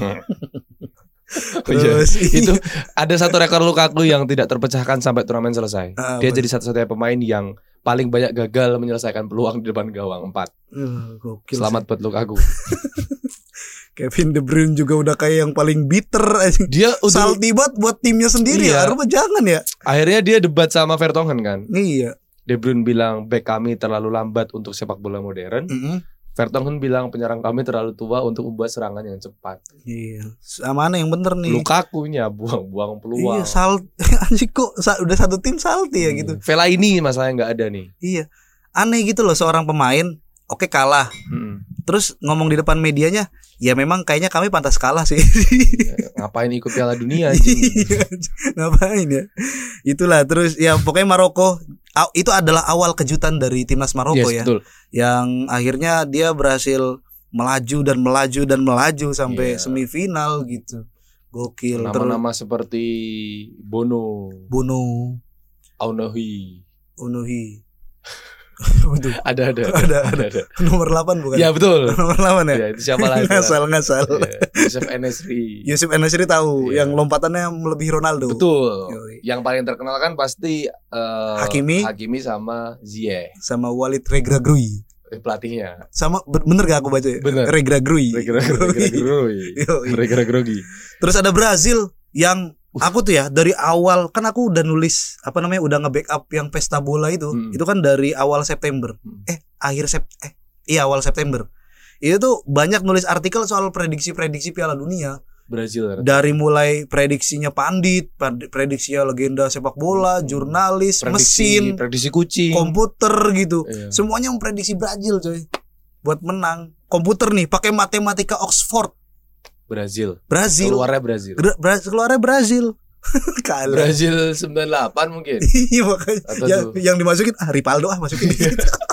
Oh iya. Terus Itu ada satu rekor Lukaku yang tidak terpecahkan sampai turnamen selesai. Ah, Dia apa? jadi satu-satunya pemain yang paling banyak gagal menyelesaikan peluang di depan gawang empat. Eh, gokil Selamat buat Lukaku. sih. Kevin De Bruyne juga udah kayak yang paling bitter aja. Dia udah Salty banget buat timnya sendiri Iya. ya. Harusnya jangan ya. akhirnya dia debat sama Vertonghen kan. Iya. De Bruyne bilang back kami terlalu lambat untuk sepak bola modern. Mm-mm. Vertonghen bilang penyerang kami terlalu tua untuk membuat serangan yang cepat. Iya. Sama mana yang bener nih? Lukakunya buang-buang peluang. Iya, sal anjing kok sa- udah satu tim salty ya gitu. Vela ini masalahnya nggak ada nih. Iya. Aneh gitu loh seorang pemain, oke kalah. Mm. Terus ngomong di depan medianya, ya memang kayaknya kami pantas kalah sih. Ngapain ikut Piala Dunia anjing? Iya, ngapain ya? Itulah terus ya pokoknya Maroko aw- itu adalah awal kejutan dari timnas Maroko Yes, ya. betul. Yang akhirnya dia berhasil melaju dan melaju dan melaju sampai Iya. semifinal gitu. Gokil. Terus Nama-nama seperti Bono, Bono, Aunohi. Unuhi. Betul. Ada ada Ada, ada. Nomor delapan bukan? Ya betul. Nomor delapan ya? Ya itu siapa lagi? Ngasal ngasal. Ya, Yusuf Enesri. Yusuf En-Nesyri tahu Iya. yang lompatannya melebihi Ronaldo. Betul. Yoi. Yang paling terkenal kan pasti eh, Hakimi. Hakimi sama Ziyech, Sama Walid Regragui. eh, pelatihnya. Sama be- bener gak aku baca ya? Bener. Regragui. Regra-grogi. Yoi. Regra-grogi. Terus ada Brazil yang aku tuh ya dari awal kan aku udah nulis apa namanya udah nge-backup yang pesta bola itu. Hmm. Itu kan dari awal September. Hmm. Eh akhir Sep eh iya awal September. Itu tuh banyak nulis artikel soal prediksi-prediksi Piala Dunia. Brazil. Dari mulai prediksinya pandit, pad- prediksinya legenda sepak bola, jurnalis, Prediksi, mesin, prediksi kucing. komputer gitu. Iya. Semuanya memprediksi Brazil coy. Buat menang. Komputer nih pakai matematika Oxford. Brazil. Brazil. Keluarnya Brazil. Gra- Bra- keluarnya Brazil. Kalah. Brazil sembilan puluh delapan mungkin. Iya makanya Atau yang, tuh. yang dimasukin ah Rivaldo ah masukin gitu.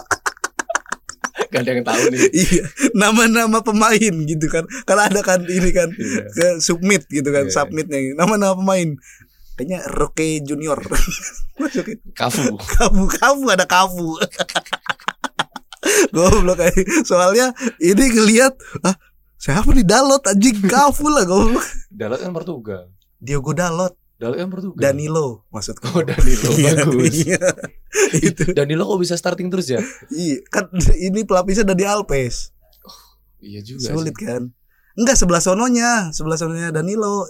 Gak ada yang tahu nih. Iya, nama-nama pemain gitu kan. Kalau ada kan ini kan Iya. ke submit gitu kan, Iya. submitnya nama-nama pemain. Kayaknya Roque Junior. Masukin. Kafu. Kafu, kafu ada kafu. Goblok kayak soalnya ini ngelihat ah siapa nih Dalot anjing kafu lah goblok. Dalot kan Portugal. Diogo Dalot, Dalot kan Portugal. Danilo maksudku. Oh Danilo Iya, bagus. iya. Itu. Danilo kok bisa starting terus ya? Iya, kan ini pelapisnya dari Alpes. Iya juga. Sulit sih. kan? Enggak sebelah sononya, sebelah sononya Danilo.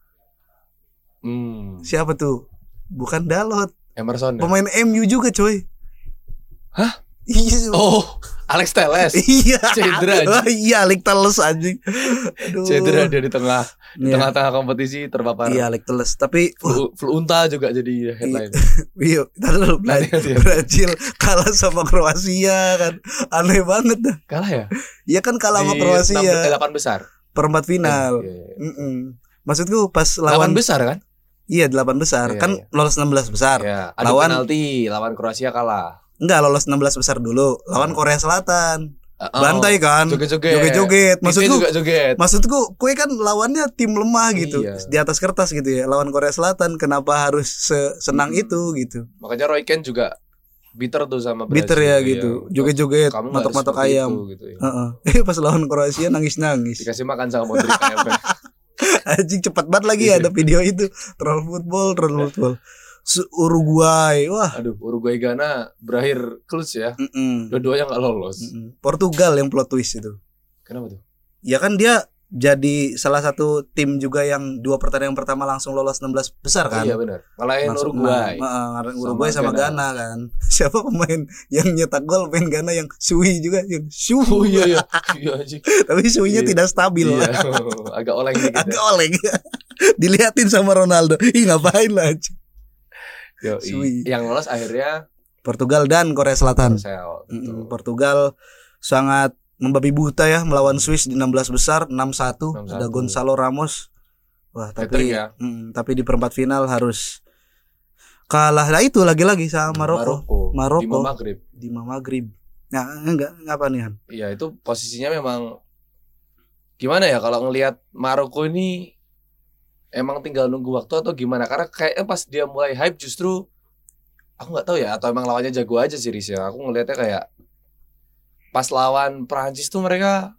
Hmm. Siapa tuh? Bukan Dalot. Emerson. ya? Pemain M U juga, coy. Hah? Iya. Oh, Alex Telles. Iya. Cedera, anjing. Wah, iya, Alex Telles anjing. Aduh. Cedera dia di tengah di Iya. tengah-tengah kompetisi terpapar. Iya, Alex Telles. Tapi wah, Flu, flu unta juga jadi headline. iya, ntar dulu, Nanti, nanti. Brazil kalah sama Kroasia kan. Aneh banget dah. Kalah ya? Iya kan kalah sama Di enam- eh, Kroasia delapan besar. perempat final. Iya, iya. Mm-mm. Maksudku pas Lawan lawan besar kan? iya delapan besar Iya, kan iya. lolos enam belas besar. Ya, ada Lawan- penalti, lawan Kroasia kalah. Enggak lolos enam belas besar dulu. Lawan Oh. Korea Selatan. Oh, Bantai kan. Joget-joget. Joget-joget. Kita Maksudku juga joget. Maksudku kue kan lawannya tim lemah gitu. Iya. Di atas kertas gitu ya. Lawan Korea Selatan kenapa harus se- senang Hmm. itu gitu. Makanya Roy Keane juga bitter tuh sama Brazil. Bitter ya gitu. Joget-joget, Kamu nggak matok-matok seperti ayam. itu, gitu ya. Heeh. Eh pas lawan Kroasia nangis-nangis. Dikasih makan sama Modric ayamnya. Anjing cepat banget lagi ada video itu. Troll football, troll football. Su- Uruguay, wah. Aduh, Uruguay Ghana berakhir close ya. Mm-mm. Dua-duanya nggak lolos. Mm-mm. Portugal yang plot twist itu. Kenapa tuh? Ya kan dia jadi salah satu tim juga yang dua pertandingan pertama langsung lolos enam belas besar kan. Oh, iya benar. Ngalahin Langsung Uruguay. menang. Uh, uh, Uruguay sama, Sama Ghana. kan. Siapa pemain yang nyetak gol pemain Ghana yang Sui juga yang Sui. Oh iya iya. Iya anjing. Tapi Suinya Iya. tidak stabil. Iya. Agak oleng dikit. Agak Ya. oleng. Diliatin sama Ronaldo. Ih ngapain lah. Yo, Sui. yang lolos akhirnya Portugal dan Korea Selatan. Sel. Mm-mm. Portugal sangat membabi buta ya melawan Swiss di enam belas besar enam satu. enam satu. Ada Gonzalo Ramos. Wah, Hat-trick tapi ya. mm, tapi di perempat final harus kalah. Lah itu lagi-lagi sama Maroko. Maroko. Maroko. Di Maghrib. Di Maghrib. Nah, enggak ngapa nih Han? Iya, itu posisinya memang gimana ya kalau ngelihat Maroko ini emang tinggal nunggu waktu atau gimana? Karena kayaknya pas dia mulai hype justru aku nggak tahu ya atau emang lawannya jago aja sih Riz ya. Aku ngelihatnya kayak pas lawan Prancis tuh mereka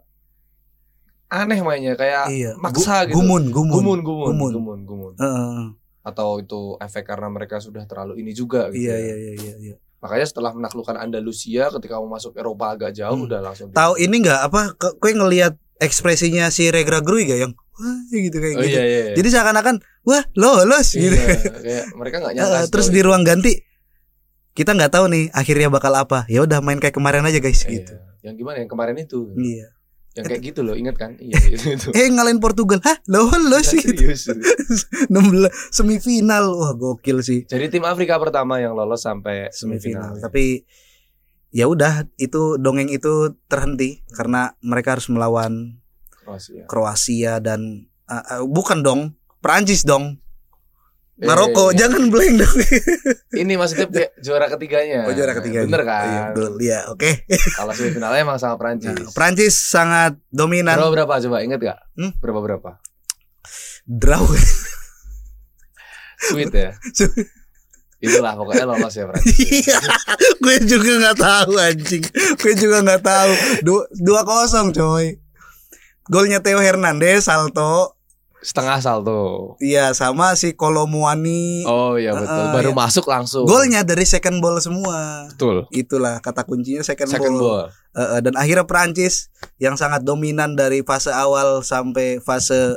aneh mainnya kayak Iya. maksa Gu- gitu. Gumun, gumun. Gumun, gumun, Gumun. gumun, gumun. Heeh. Atau itu efek karena mereka sudah terlalu ini juga gitu. Iya, ya. iya, iya, iya, iya. Makanya setelah menaklukkan Andalusia ketika mau masuk Eropa agak jauh Hmm. udah langsung Tahu ini enggak apa ke- kowe ngelihat ekspresinya si Regra Grui gak yang wah gitu kayak Oh gitu. iya iya. iya. Jadi seakan-akan wah lolos gitu. Iya, kayak mereka nggak nyangka. Uh, terus di ruang ganti kita nggak tahu nih akhirnya bakal apa. Ya udah main kayak kemarin aja guys Iya. gitu. Yang gimana yang kemarin itu? Iya. Yang kayak gitu loh, ingat kan? Iya itu itu. Eh ngalahin Portugal. Hah, lolos Nggak gitu. serius itu. enam belas semifinal. Wah, gokil sih. Jadi tim Afrika pertama yang lolos sampai Semifinal. semifinal. Tapi ya udah itu dongeng itu terhenti karena mereka harus melawan Kroasia. Kroasia dan uh, uh, bukan dong, Perancis dong. Maroko, Eh, jangan blank dong. Ini maksudnya kayak juara ketiganya. Oh, juara ketiga. Bener kan? Iya, betul. Iya, oke. Kalau semifinalnya emang sama Prancis. Nah, Perancis sangat dominan. Berapa berapa coba inget gak? Hmm? Berapa berapa? Draw. Sweet ya. Itulah pokoknya lolos ya Prancis. Iya, gue juga nggak tahu anjing. Gue juga nggak tahu. Du- Dua kosong coy. Golnya Theo Hernandez salto. Setengah salto. Iya sama si Kolomuani. Oh iya betul. Uh, Baru iya. masuk langsung. Golnya dari second ball semua. Betul. Itulah kata kuncinya second, Second ball. ball. Uh, uh, dan akhirnya Perancis yang sangat dominan dari fase awal sampai fase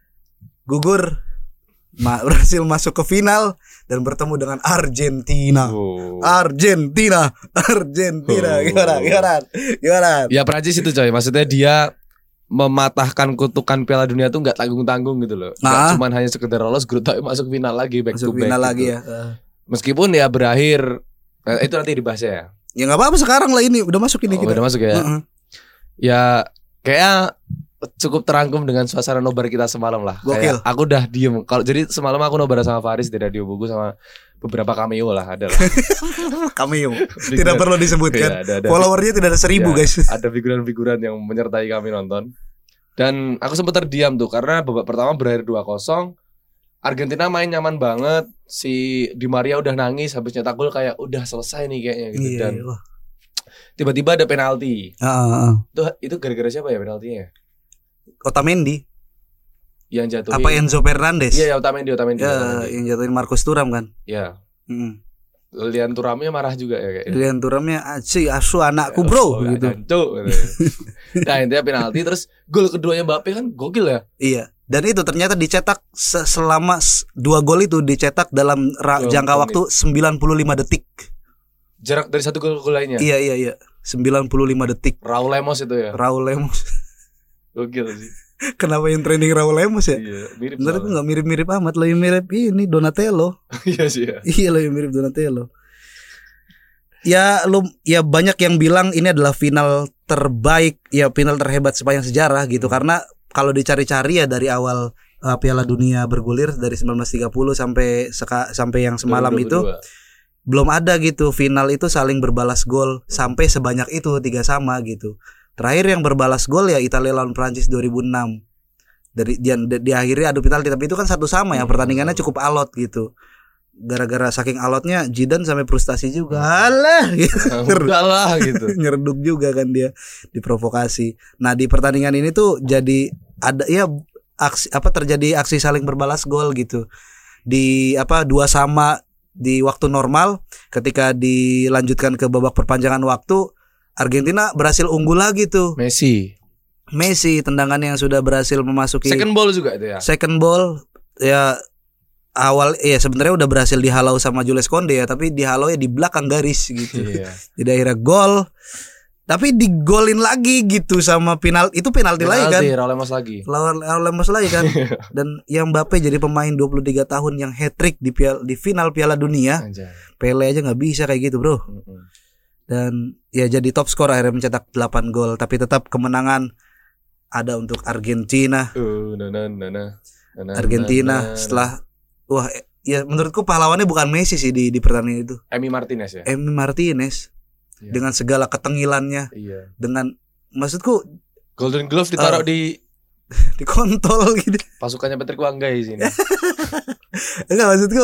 gugur ma- berhasil masuk ke final dan bertemu dengan Argentina. Oh. Argentina, Argentina, Oh. gimana, gimana, gimana? Ya Prancis itu coy, maksudnya dia mematahkan kutukan Piala Dunia tuh nggak tanggung-tanggung gitu loh. Nggak Nah. cuman hanya sekedar lolos grup tapi masuk final lagi back Masuk to back. final gitu. lagi ya. Uh. Meskipun ya berakhir eh, itu nanti dibahas ya. Ya nggak apa-apa sekarang lah ini udah masuk ini Oh, kita. udah masuk ya. Uh-uh. Ya kayak cukup terangkum dengan suasana nobar kita semalam lah. Gokil. Kayak aku udah diem. Kalau jadi semalam aku nobar sama Faris di Radio Buku sama beberapa cameo lah ada lah. Cameo. Tidak perlu disebutkan. Iya, ada, ada. Followernya tidak ada seribu Ya, guys. ada figuran-figuran yang menyertai kami nonton. Dan aku sempat terdiam tuh karena babak pertama berakhir dua kosong. Argentina main nyaman banget. Si Di Maria udah nangis habis nyetak gol kayak udah selesai nih kayaknya gitu. Iya, Dan iya. tiba-tiba ada penalti. Uh, uh, uh. Itu itu gara-gara siapa ya penaltinya? Otamendi. Yang jatuhin. Apa Enzo Fernandez? Iya, ya Otamendi, Otamendi. Ya, Otamendi. yang jatuhin Marcus Thuram kan. Ya. Mm. Lian Thuramnya marah juga ya kayaknya. Lian Thuramnya aci asu anakku bro Oh, gitu. Jancuk, gitu. Nah intinya penalti. Terus gol keduanya Mbappe kan gokil ya. Iya. Dan itu ternyata dicetak se- selama s- dua gol itu dicetak dalam ra- Dua jangka menit. waktu sembilan puluh lima detik. Jarak dari satu gol ke gol lainnya. Iya iya iya. sembilan puluh lima detik. Raul Lemos itu ya. Raul Lemos. Gokil sih. Kenapa yang trending Raul Lemos ya? Iya, mirip. Bener itu soalnya. nggak mirip-mirip amat, lebih mirip ini Donatello. Iya sih ya. Iya lebih mirip Donatello. Ya lu ya banyak yang bilang ini adalah final terbaik, ya final terhebat sepanjang sejarah gitu. Hmm. Karena kalau dicari-cari ya dari awal uh, Piala Dunia bergulir dari sembilan belas tiga puluh sampai seka, sampai yang semalam dua ribu dua puluh dua. itu belum ada gitu final itu saling berbalas gol sampai sebanyak itu tiga sama gitu. Terakhir yang berbalas gol ya Italia lawan Prancis dua ribu enam. Dari di, di, diakhiri adu penalti tapi itu kan satu sama ya, Hmm. pertandingannya cukup alot gitu. gara-gara saking alotnya Zidane sampai frustasi juga. Alah gitu. Udah lah gitu. Ngereduk juga kan dia diprovokasi. Nah, di pertandingan ini tuh jadi ada ya aksi apa terjadi aksi saling berbalas gol gitu. Di apa dua sama di waktu normal, ketika dilanjutkan ke babak perpanjangan waktu, Argentina berhasil unggul lagi tuh. Messi. Messi tendangan yang sudah berhasil memasuki second ball juga itu ya. Second ball ya awal ya sebenarnya udah berhasil dihalau sama Jules Kounde ya, tapi dihalau ya di belakang garis gitu. Iya. Jadi akhirnya gol. Tapi digolin lagi gitu sama penal itu penalti lagi kan. Raul Lemos lagi. Lawan Raul Lemos lagi kan. Dan yang Mbappe jadi pemain dua puluh tiga tahun yang hat-trick di piala, di final Piala Dunia. Anjay. Pele aja enggak bisa kayak gitu, Bro. Mm-hmm. Dan ya jadi top skor akhirnya mencetak delapan gol, tapi tetap kemenangan ada untuk Argentina. Uh, nah, nah, nah, nah. Nah, Argentina nah, nah, setelah wah ya menurutku pahlawannya bukan Messi sih di di pertandingan itu. Emi Martinez ya. Emi Martinez ya. Dengan segala ketengilannya. Iya. Dengan maksudku Golden Glove ditaruh uh, di di kontol gitu. Pasukannya Patrick Wanggai sini. Enggak maksudku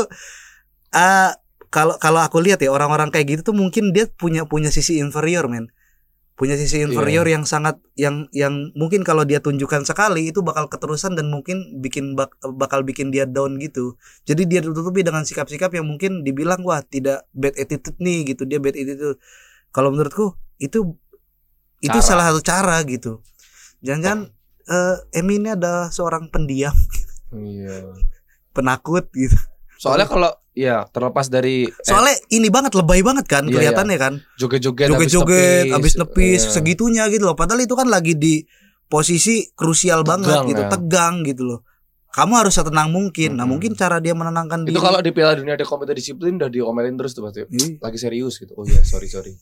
uh, kalau kalau aku lihat ya orang-orang kayak gitu tuh mungkin dia punya punya sisi inferior men. Punya sisi inferior yeah. yang sangat yang yang mungkin kalau dia tunjukkan sekali itu bakal keterusan dan mungkin bikin bak, bakal bikin dia down gitu. Jadi dia tutupi dengan sikap-sikap yang mungkin dibilang wah tidak bad attitude nih gitu, dia bad attitude. Kalau menurutku itu itu cara. Salah satu cara gitu. Jangan-jangan oh. uh, Emi ini ada seorang pendiam. Iya. Penakut gitu. Soalnya kalau ya terlepas dari soalnya eh, ini banget lebay banget kan iya, kelihatannya iya. kan joget-joget joget-joget abis nepis iya. segitunya gitu loh, padahal itu kan lagi di posisi krusial tegang banget gitu ya. Tegang gitu loh, kamu harus setenang mungkin. hmm. Nah mungkin cara dia menenangkan itu diri kalau di Piala Dunia ada komite disiplin udah diomelin terus tuh pasti hmm. lagi serius gitu. Oh iya sorry sorry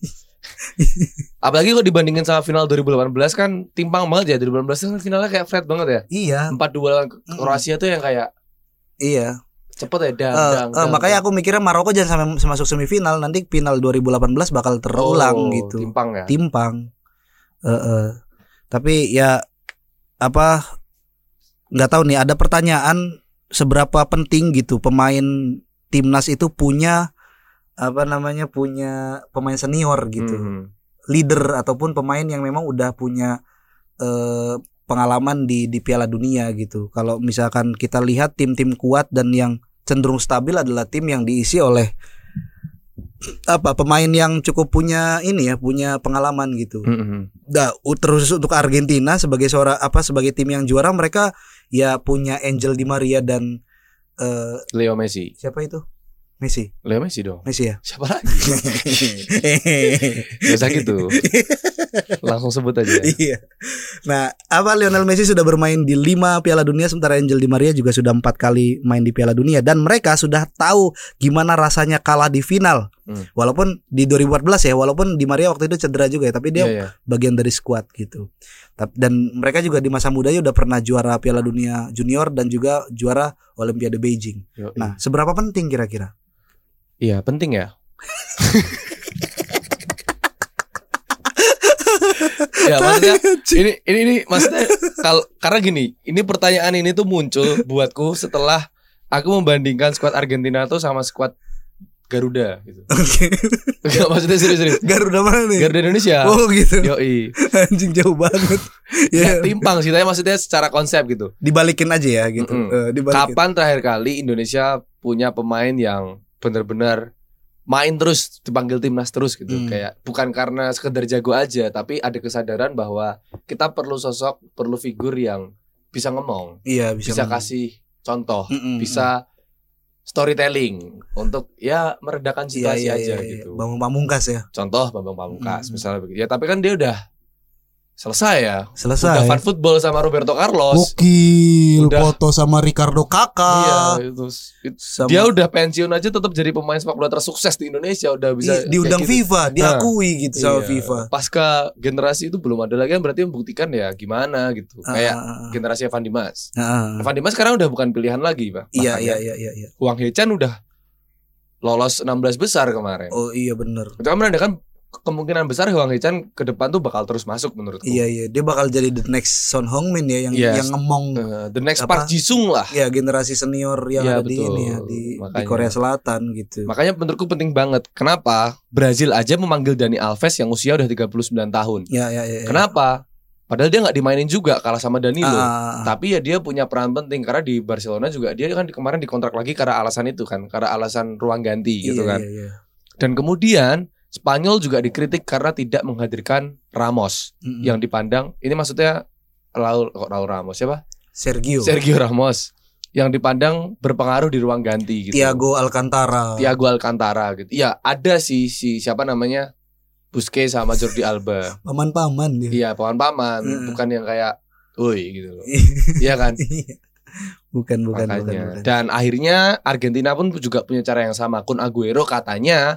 apalagi kalau dibandingin sama final dua ribu delapan belas kan timpang banget ya. dua ribu delapan belas kan finalnya kayak Fred banget ya. Iya empat dua lawan Kroasia hmm. tuh yang kayak iya cepet ya dang, uh, dang, uh, dang, makanya dang. aku mikirnya Maroko jangan sampai masuk semifinal, nanti final dua ribu delapan belas bakal terulang oh, gitu. Timpang ya. Timpang. Uh, uh. Tapi ya apa nggak tahu nih, ada pertanyaan seberapa penting gitu pemain timnas itu punya apa namanya punya pemain senior gitu, mm-hmm. leader ataupun pemain yang memang udah punya uh, pengalaman di di Piala Dunia gitu. Kalau misalkan kita lihat tim-tim kuat dan yang cenderung stabil adalah tim yang diisi oleh apa pemain yang cukup punya ini ya, punya pengalaman gitu. Mm-hmm. Nah, terus untuk Argentina sebagai seorang apa sebagai tim yang juara, mereka ya punya Angel Di Maria dan uh, Leo Messi. Siapa itu? Messi. Leo Messi dong. Messi ya. Siapa lagi? Biasa gitu. Langsung sebut aja. Iya. Nah, apa Lionel Messi sudah bermain di lima Piala Dunia, sementara Angel Di Maria juga sudah empat kali main di Piala Dunia, dan mereka sudah tahu gimana rasanya kalah di final. Hmm. Walaupun di dua ribu empat belas ya, walaupun Di Maria waktu itu cedera juga ya, tapi dia yeah, yeah. bagian dari skuad gitu. Dan mereka juga di masa mudanya udah pernah juara Piala Dunia Junior dan juga juara Olimpiade Beijing. Yo, nah, seberapa penting kira-kira? Iya, penting ya. Ya maksudnya ini ini ini maksudnya kalau karena gini, ini pertanyaan ini tuh muncul buatku setelah aku membandingkan skuad Argentina tuh sama skuad Garuda gitu. Oke. Okay. Gak maksudnya serius-serius. Garuda mana nih? Garuda Indonesia. Oh gitu. Yoi. Anjing jauh banget. Ya, timpang sih, tapi maksudnya secara konsep gitu. Dibalikin aja ya gitu. Mm-hmm. Uh, dibalikin. Kapan terakhir kali Indonesia punya pemain yang benar-benar main terus, dipanggil timnas terus gitu. Hmm. Kayak bukan karena sekedar jago aja, tapi ada kesadaran bahwa kita perlu sosok, perlu figur yang bisa ngomong. Iya, bisa, bisa ngomong. Kasih contoh, Mm-mm, bisa storytelling untuk ya meredakan situasi iya, iya, aja iya, gitu. Bambang Pamungkas ya. Contoh Bambang Pamungkas hmm. misalnya begitu. Ya tapi kan dia udah selesai ya. Selesai. Udah fun football sama Roberto Carlos. Gokil. Foto sama Ricardo Kakak. Iya, itu, itu sama... Dia udah pensiun aja tetap jadi pemain sepak bola tersukses di Indonesia, udah bisa I, diundang gitu. FIFA, diakui nah, gitu sama iya. FIFA. Pasca generasi itu belum ada lagi kan, berarti membuktikan ya gimana gitu. Uh, Kayak uh, generasi Evan Dimas. Uh, Evan Dimas sekarang udah bukan pilihan lagi, Pak. Iya, iya, iya, iya, iya. Hwang Hee-chan udah lolos enam belas besar kemarin. Oh iya benar. Itu kan menandakan kemungkinan besar Hwang Hee-chan ke depan tuh bakal terus masuk menurutku. Iya iya, dia bakal jadi the next Son Heung-min ya yang Yes. yang ngemong Uh, the next Apa? Park Ji-sung lah. ya generasi senior yang Iya, ada di betul. ini ya di, di Makanya. Korea Selatan gitu. Makanya menurutku penting banget. Kenapa? Brazil aja memanggil Dani Alves yang usia udah tiga puluh sembilan tahun. Ya ya ya. ya. Kenapa? Padahal dia nggak dimainin juga kalah sama Danilo. Ah, Tapi ya dia punya peran penting karena di Barcelona juga dia kan kemarin dikontrak lagi karena alasan itu kan, karena alasan ruang ganti gitu iya, kan. Iya, iya. Dan kemudian Spanyol juga dikritik karena tidak menghadirkan Ramos Mm-mm. yang dipandang ini maksudnya Raul kok Raul Ramos siapa? Sergio, Sergio Ramos yang dipandang berpengaruh di ruang ganti gitu. Thiago Alcantara. Thiago Alcantara gitu. Iya, ada sih si siapa namanya? Busquets sama Jordi Alba. Paman-paman dia. Iya, paman-paman, Mm. bukan yang kayak woi gitu loh. Iya kan? bukan bukan Makanya. bukan bukan. Dan akhirnya Argentina pun juga punya cara yang sama. Kun Aguero katanya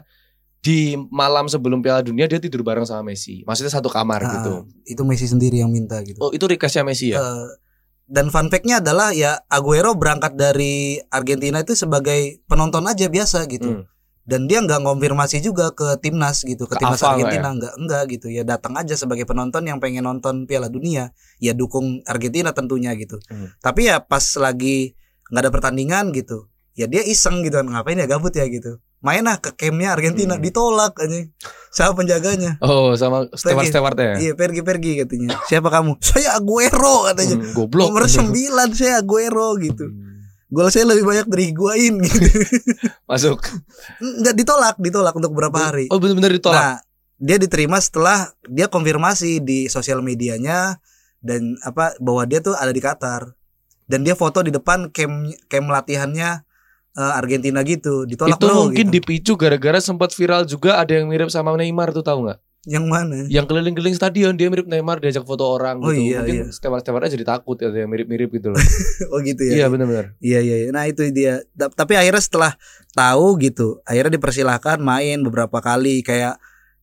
di malam sebelum Piala Dunia dia tidur bareng sama Messi. Maksudnya satu kamar Ah, gitu. Itu Messi sendiri yang minta gitu. Oh, itu requestnya Messi ya? Eh, dan fun fact-nya adalah ya Aguero berangkat dari Argentina itu sebagai penonton aja biasa gitu. Hmm. Dan dia nggak konfirmasi juga ke timnas gitu, ke, Ke timnas A F A Argentina nggak enggak gitu. Ya datang aja sebagai penonton yang pengen nonton Piala Dunia, ya dukung Argentina tentunya gitu. Hmm. Tapi ya pas lagi nggak ada pertandingan gitu, ya dia iseng gitu kan, ngapain ya gabut ya gitu. Main lah ke campnya Argentina, Hmm. ditolak aja sama penjaganya. Oh, sama steward-stewardnya. Iya, pergi-pergi katanya. Siapa kamu? Saya Aguero katanya. Hmm, goblok. Nomor sembilan saya Aguero gitu. Hmm. Gol saya lebih banyak dari Higuain gitu. Masuk. Enggak ditolak, ditolak untuk beberapa hari. Oh, benar-benar ditolak. Nah, dia diterima setelah dia konfirmasi di sosial medianya dan apa bahwa dia tuh ada di Qatar. Dan dia foto di depan camp camp latihannya uh, Argentina gitu. Ditolak Itu bro, mungkin gitu. dipicu gara-gara sempat viral juga ada yang mirip sama Neymar tuh, tahu nggak? Yang mana? Yang keliling-keliling stadion dia mirip Neymar, diajak foto orang Oh, gitu. iya, Mungkin iya. steward-stewardnya jadi takut ada yang mirip-mirip gitu loh. Oh gitu ya. Iya, benar-benar. Iya iya iya. Nah itu dia. Da- Tapi akhirnya setelah tahu gitu, akhirnya dipersilahkan main beberapa kali kayak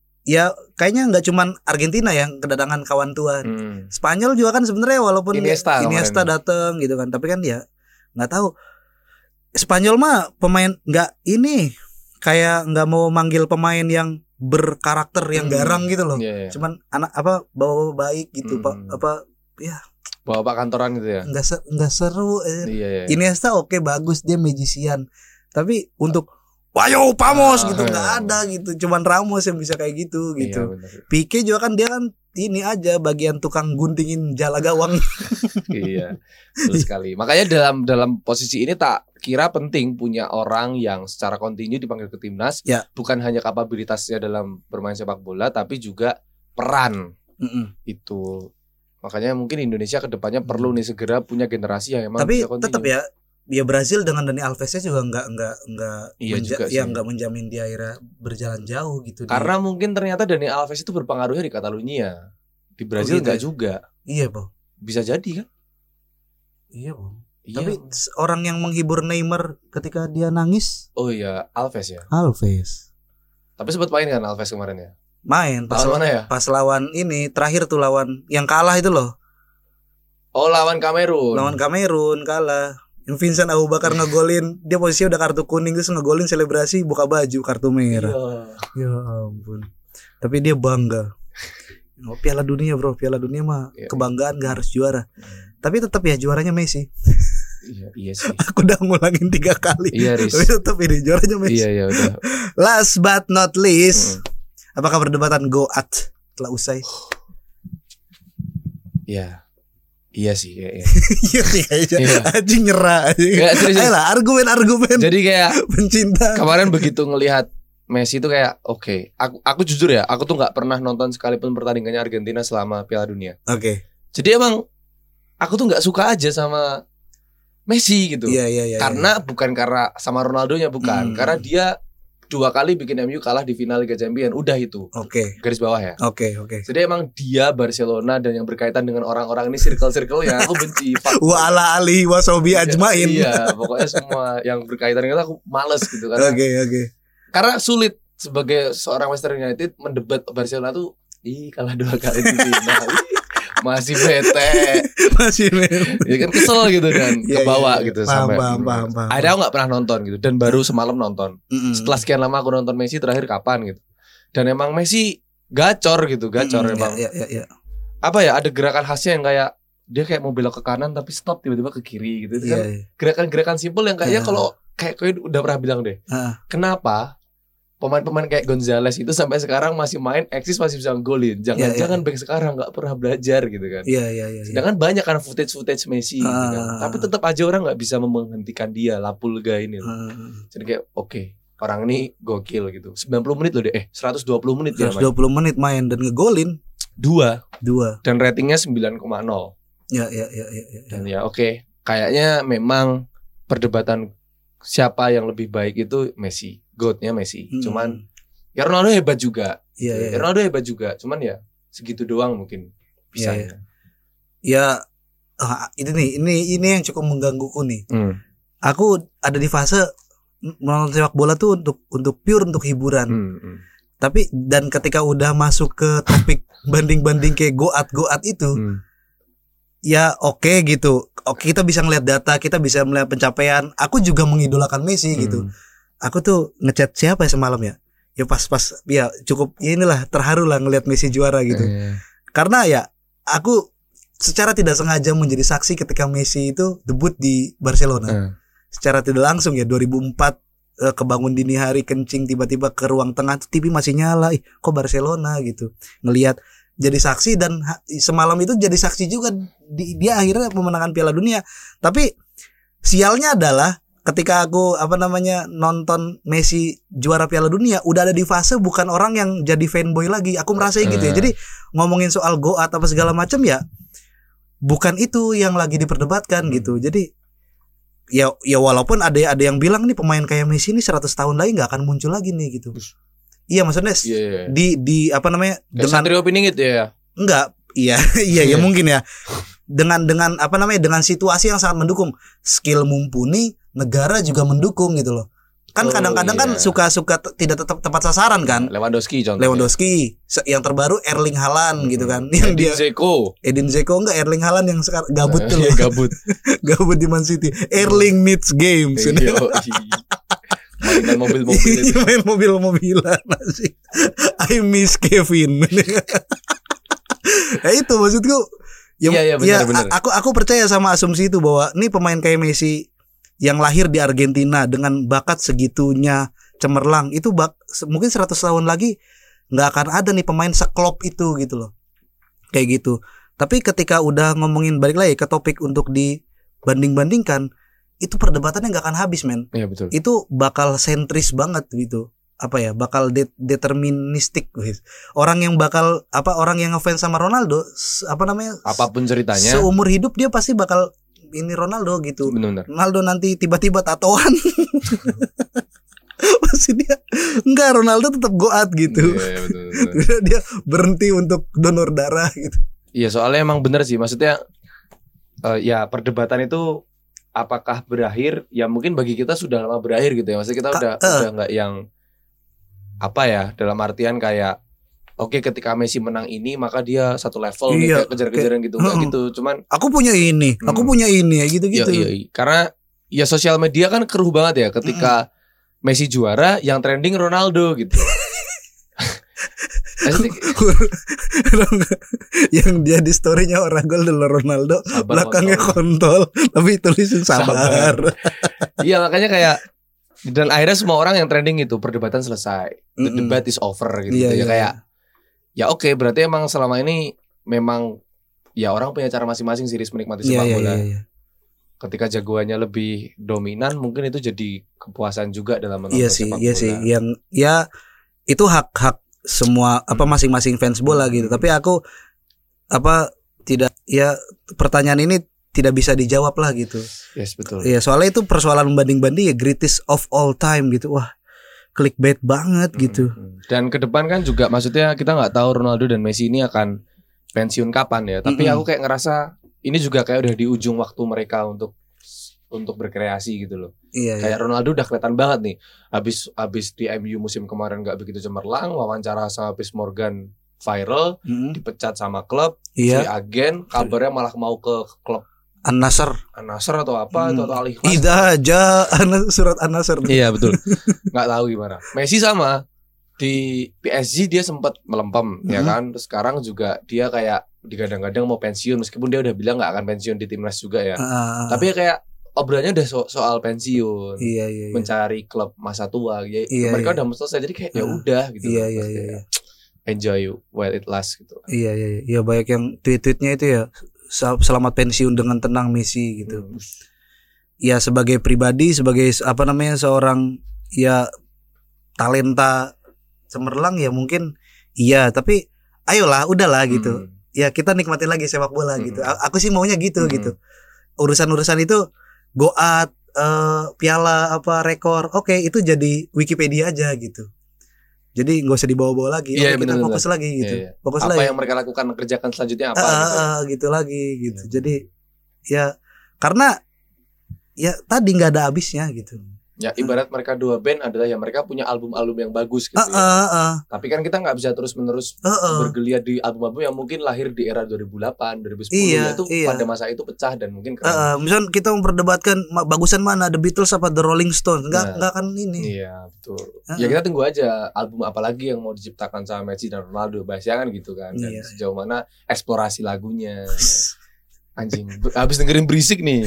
ya kayaknya nggak cuman Argentina yang kedatangan kawan tua. Hmm. Spanyol juga kan sebenarnya walaupun Iniesta Iniesta kemarin. datang gitu kan, tapi kan ya nggak tahu. Spanyol mah pemain nggak ini kayak nggak mau manggil pemain yang berkarakter yang Hmm. garang gitu loh. Iya, iya. Cuman anak apa bawa baik gitu Hmm. pak apa Bawa pak kantoran gitu ya. nggak ser- nggak seru. Eh. Iya, iya. Iniesta oke bagus dia magician. Tapi untuk Wayo Pamos Ah, gitu iya. nggak ada gitu. Cuman Ramos yang bisa kayak gitu gitu. Iya, benar. Pique juga kan dia kan ini aja bagian tukang guntingin jala gawang. Iya, betul sekali. Makanya dalam dalam posisi ini tak kira penting punya orang yang secara kontinu dipanggil ke timnas, Ya. bukan hanya kapabilitasnya dalam bermain sepak bola, tapi juga peran Mm-mm. itu. Makanya mungkin Indonesia kedepannya perlu nih segera punya generasi yang emang Tapi bisa kontinu. tetap ya ya Brazil dengan Dani Alvesnya juga nggak nggak nggak Iya juga ya sih. nggak menjamin dia akhirnya berjalan jauh gitu. Karena mungkin ternyata Dani Alves itu berpengaruhnya di Catalunya. Di Brazil Oh, gitu enggak ya? juga. Iya bang. Bisa jadi kan? Iya bang. Iya. Tapi orang yang menghibur Neymar ketika dia nangis Oh iya, Alves ya. Alves Tapi sempat main kan Alves kemarin ya? main pas Lawan mana ya? pas lawan ini terakhir tuh lawan yang kalah itu loh. Oh, lawan Kamerun. Lawan Kamerun kalah. Yang Vincent Abu Bakar ngegolin, dia posisinya udah kartu kuning terus ngegolin selebrasi buka baju kartu merah. Iya. Ya ampun. Tapi dia bangga. Oh, Piala Dunia bro, Piala Dunia mah Iya. kebanggaan gak harus juara. Tapi tetap ya juaranya Messi. Iya, iya sih. Aku udah ngulangin tiga kali. Iya, Riz. Tapi tetap ini juaranya Messi. Iya, iya udah. Last but not least, Mm. apakah perdebatan Goat telah usai? Iya. Iya sih, iya, iya. Iya sih kayaknya. Iya. Anjing nyerah. Nggak, serius. Ayolah argumen-argumen Jadi kayak pencinta. kemarin begitu ngelihat Messi itu kayak oke, aku aku jujur ya, aku tuh nggak pernah nonton sekalipun pertandingannya Argentina selama Piala Dunia. Oke. Jadi emang aku tuh nggak suka aja sama Messi gitu. Iya iya iya. Karena bukan karena sama Ronaldonya bukan, Hmm. karena dia dua kali bikin M U kalah di final Liga Champions, udah itu. Oke. Garis bawah ya. Oke oke. Jadi emang dia Barcelona dan yang berkaitan dengan orang-orang ini circle-circle-nya aku benci. Fuck. Wa ala ali wasobi ajmain. Iya, pokoknya semua yang berkaitan dengan itu aku males gitu karena Oke oke. karena sulit sebagai seorang Manchester United mendebat Barcelona tuh ih kalah dua kali di final. Ih, masih bete. Masih memang. Ya kan kesel gitu dan Iya, kebawa iya, iya. gitu Paham, sampai. paham, paham, paham. Ada aku nggak pernah nonton gitu dan baru semalam nonton. Mm-mm. Setelah sekian lama aku nonton Messi terakhir kapan gitu. Dan emang Messi gacor gitu, gacor Mm, emang. Ya, ya, ya, ya. Apa ya, ada gerakan khasnya yang kayak dia kayak mau belok ke kanan tapi stop tiba-tiba ke kiri gitu. Itu Iya, kan iya. gerakan-gerakan simpel yang kayaknya Ya. kalau kayak kau udah pernah bilang deh. Ah. Kenapa pemain-pemain kayak Gonzales itu sampai sekarang masih main, eksis masih bisa golin. Jangan-jangan back sekarang nggak pernah belajar gitu kan. Iya, iya, iya. Sedangkan banyak kan footage-footage Messi gitu kan. Ah. Tapi tetap aja orang nggak bisa menghentikan dia, Lapulga ini loh. Ah. Jadi kayak oke, okay, orang ini gokil gitu. sembilan puluh menit loh deh. Eh, seratus dua puluh menit dia seratus dua main. puluh menit main dan ngegolin Dua. dua. Dan ratingnya sembilan koma nol. Ya, ya, ya, ya, ya. Dan ya oke, okay, kayaknya memang perdebatan siapa yang lebih baik itu Messi, GOAT-nya Messi. Hmm. Cuman ya Ronaldo hebat juga. Iya, iya. Ya, Ronaldo hebat juga. Cuman ya segitu doang mungkin bisa. Iya, iya. Ya, ah, ini nih, ini ini yang cukup menggangguku nih. Hmm. Aku ada di fase menonton sepak bola tuh untuk untuk pure untuk hiburan. Hmm, hmm. Tapi dan ketika udah masuk ke topik banding-banding kayak goat goat itu, Hmm. ya oke okay, gitu. Oke, kita bisa ngeliat data, kita bisa melihat pencapaian. Aku juga mengidolakan Messi gitu. Hmm. Aku tuh ngechat siapa ya semalam ya? Ya pas-pas ya cukup ya inilah terharu lah ngelihat Messi juara gitu. Eh. Karena ya aku secara tidak sengaja menjadi saksi ketika Messi itu debut di Barcelona. Eh. Secara tidak langsung ya dua ribu empat eh, kebangun dini hari kencing tiba-tiba ke ruang tengah tuh T V masih nyala. Ih, kok Barcelona gitu. Ngelihat jadi saksi dan ha, semalam itu jadi saksi juga di, dia akhirnya memenangkan Piala Dunia. Tapi sialnya adalah ketika aku apa namanya nonton Messi juara Piala Dunia udah ada di fase bukan orang yang jadi fanboy lagi. Aku merasa gitu ya. Jadi ngomongin soal goat apa segala macam ya bukan itu yang lagi diperdebatkan gitu. Jadi ya ya walaupun ada ada yang bilang nih pemain kayak Messi ini seratus tahun lagi nggak akan muncul lagi nih gitu. Iya maksudnya Yeah. di di apa namanya Kayak dengan Satrio Piningit ya. enggak iya iya ya mungkin ya dengan dengan apa namanya dengan situasi yang sangat mendukung, skill mumpuni, negara juga mendukung gitu loh. Kan Oh, kadang-kadang kan iya. suka-suka t- tidak tetap tepat sasaran kan. Lewandowski contohnya. Lewandowski, se- yang terbaru Erling Haaland gitu kan. Yang Edin dia Dzeko. Edin Dzeko enggak, Erling Haaland yang sekarang gabut tuh Iya, loh. gabut. Gabut di Man City. Erling needs games. Iya, mainan mobil-mobil itu. Main mobil-mobilan asik. I miss Kevin. Nah itu maksudku. Ya, Iya, iya, benar, ya, benar. a- aku aku percaya sama asumsi itu bahwa nih pemain kayak Messi yang lahir di Argentina dengan bakat segitunya cemerlang itu bak, se- mungkin seratus tahun lagi nggak akan ada nih pemain seklop itu gitu loh. Kayak gitu. Tapi ketika udah ngomongin balik lagi ke topik untuk dibanding-bandingkan, itu perdebatannya nggak akan habis men. Iya betul. Itu bakal sentris banget gitu. Apa ya, bakal de- deterministik guys. Orang yang bakal apa orang yang ngefans sama Ronaldo s- apa namanya Apapun ceritanya. seumur hidup dia pasti bakal ini Ronaldo gitu. Benar. Ronaldo nanti tiba-tiba tatoan. Pasti dia enggak, Ronaldo tetap goat gitu. Iya, iya, betul, betul. Dia berhenti untuk donor darah gitu. Iya soalnya emang bener sih. Maksudnya eh, ya perdebatan itu apakah berakhir? Ya mungkin bagi kita sudah lama berakhir gitu ya. Maksudnya kita Ka- udah eh. udah nggak yang apa ya, dalam artian kayak oke ketika Messi menang ini maka dia satu level nih, Iya, kayak kejar-kejaran gitu enggak Heeh. gitu. Cuman Aku punya ini, aku Hmm. punya ini ya gitu-gitu. iya, iya, iya. Karena ya sosial media kan keruh banget ya ketika Messi juara yang trending Ronaldo gitu. Pasti Yang dia di story-nya orang gol adalah Ronaldo, sabar, belakangnya kontol. kontol, tapi tulisin sabar. Iya makanya kayak dan akhirnya semua orang yang trending itu perdebatan selesai, the Mm-mm. debate is over gitu, Iya, ya iya, kayak ya oke berarti emang selama ini memang ya orang punya cara masing-masing sih Riz menikmati Iya, sepak iya, bola. iya, iya. Ketika jagoannya lebih dominan mungkin itu jadi kepuasan juga dalam menonton Iya sih, sepak iya bola. sih. Yang ya itu hak-hak semua apa masing-masing fans bola gitu. Tapi aku apa tidak ya pertanyaan ini tidak bisa dijawab lah gitu. Yes betul. Ya soalnya itu persoalan membanding-banding ya greatest of all time gitu. Wah, clickbait banget gitu. Mm-mm. Dan ke depan kan juga maksudnya kita nggak tahu Ronaldo dan Messi ini akan pensiun kapan ya. Tapi Mm-mm. aku kayak ngerasa ini juga kayak udah di ujung waktu mereka untuk untuk berkreasi gitu loh. Iya, iya. Kayak Ronaldo udah kelihatan banget nih. Habis habis di M U musim kemarin nggak begitu cemerlang, wawancara sama Piers Morgan viral, Mm-mm. dipecat sama klub, Iya. free agen, kabarnya malah mau ke klub An-Nasr. An-Nasr atau apa Hmm. atau, atau Al Ikhlas. Ida aja An- surat An-Nasr. Iya betul. Nggak tahu gimana. Messi sama di P S G dia sempat melempem Hmm. ya kan. Terus sekarang juga dia kayak digadang-gadang mau pensiun meskipun dia udah bilang nggak akan pensiun di timnas juga ya. Ah, Tapi ya kayak obrolannya udah so- soal pensiun, iya iya iya. mencari klub masa tua. Ya, Iya, mereka iya. udah mau selesai jadi kayak ya Ah, udah gitu. iya, loh. iya, Terus iya, kayak, iya. enjoy while it lasts gitu. Iya iya iya. Ya banyak yang tweet-tweetnya itu ya sel- selamat pensiun dengan tenang Messi gitu. Hmm. Ya sebagai pribadi, sebagai apa namanya seorang ya talenta cemerlang ya mungkin iya, tapi ayolah udahlah gitu. Hmm. Ya kita nikmatin lagi sepak bola Hmm. gitu. A- Aku sih maunya gitu Hmm. gitu. Urusan-urusan itu goat eh, piala apa rekor, oke itu jadi Wikipedia aja gitu. Jadi nggak usah dibawa-bawa lagi. Iya, Oke, kita bener-bener. fokus lagi gitu. Iya, iya. Fokus Apa lagi. yang mereka lakukan kerjakan selanjutnya apa Ah, gitu. ah, ah, gitu lagi gitu. Iya. Jadi ya karena ya tadi nggak ada habisnya gitu. Ya ibarat mereka dua band adalah ya mereka punya album-album yang bagus gitu Ah, ya. ah, ah, Tapi kan kita nggak bisa terus-menerus ah, ah. bergeliat di album-album yang mungkin lahir di era dua ribu delapan, dua ribu sepuluh Iya, itu iya. pada masa itu pecah dan mungkin keren. Ah, ah. Misal kita memperdebatkan ma- bagusan mana The Beatles apa The Rolling Stones, nggak Nah. nggak akan ini. Iya betul. Ah, Ya kita tunggu aja album apa lagi yang mau diciptakan sama Messi dan Ronaldo, bahasnya kan gitu kan. Dan Iya. sejauh mana eksplorasi lagunya. Anjing, ber- habis dengerin berisik nih.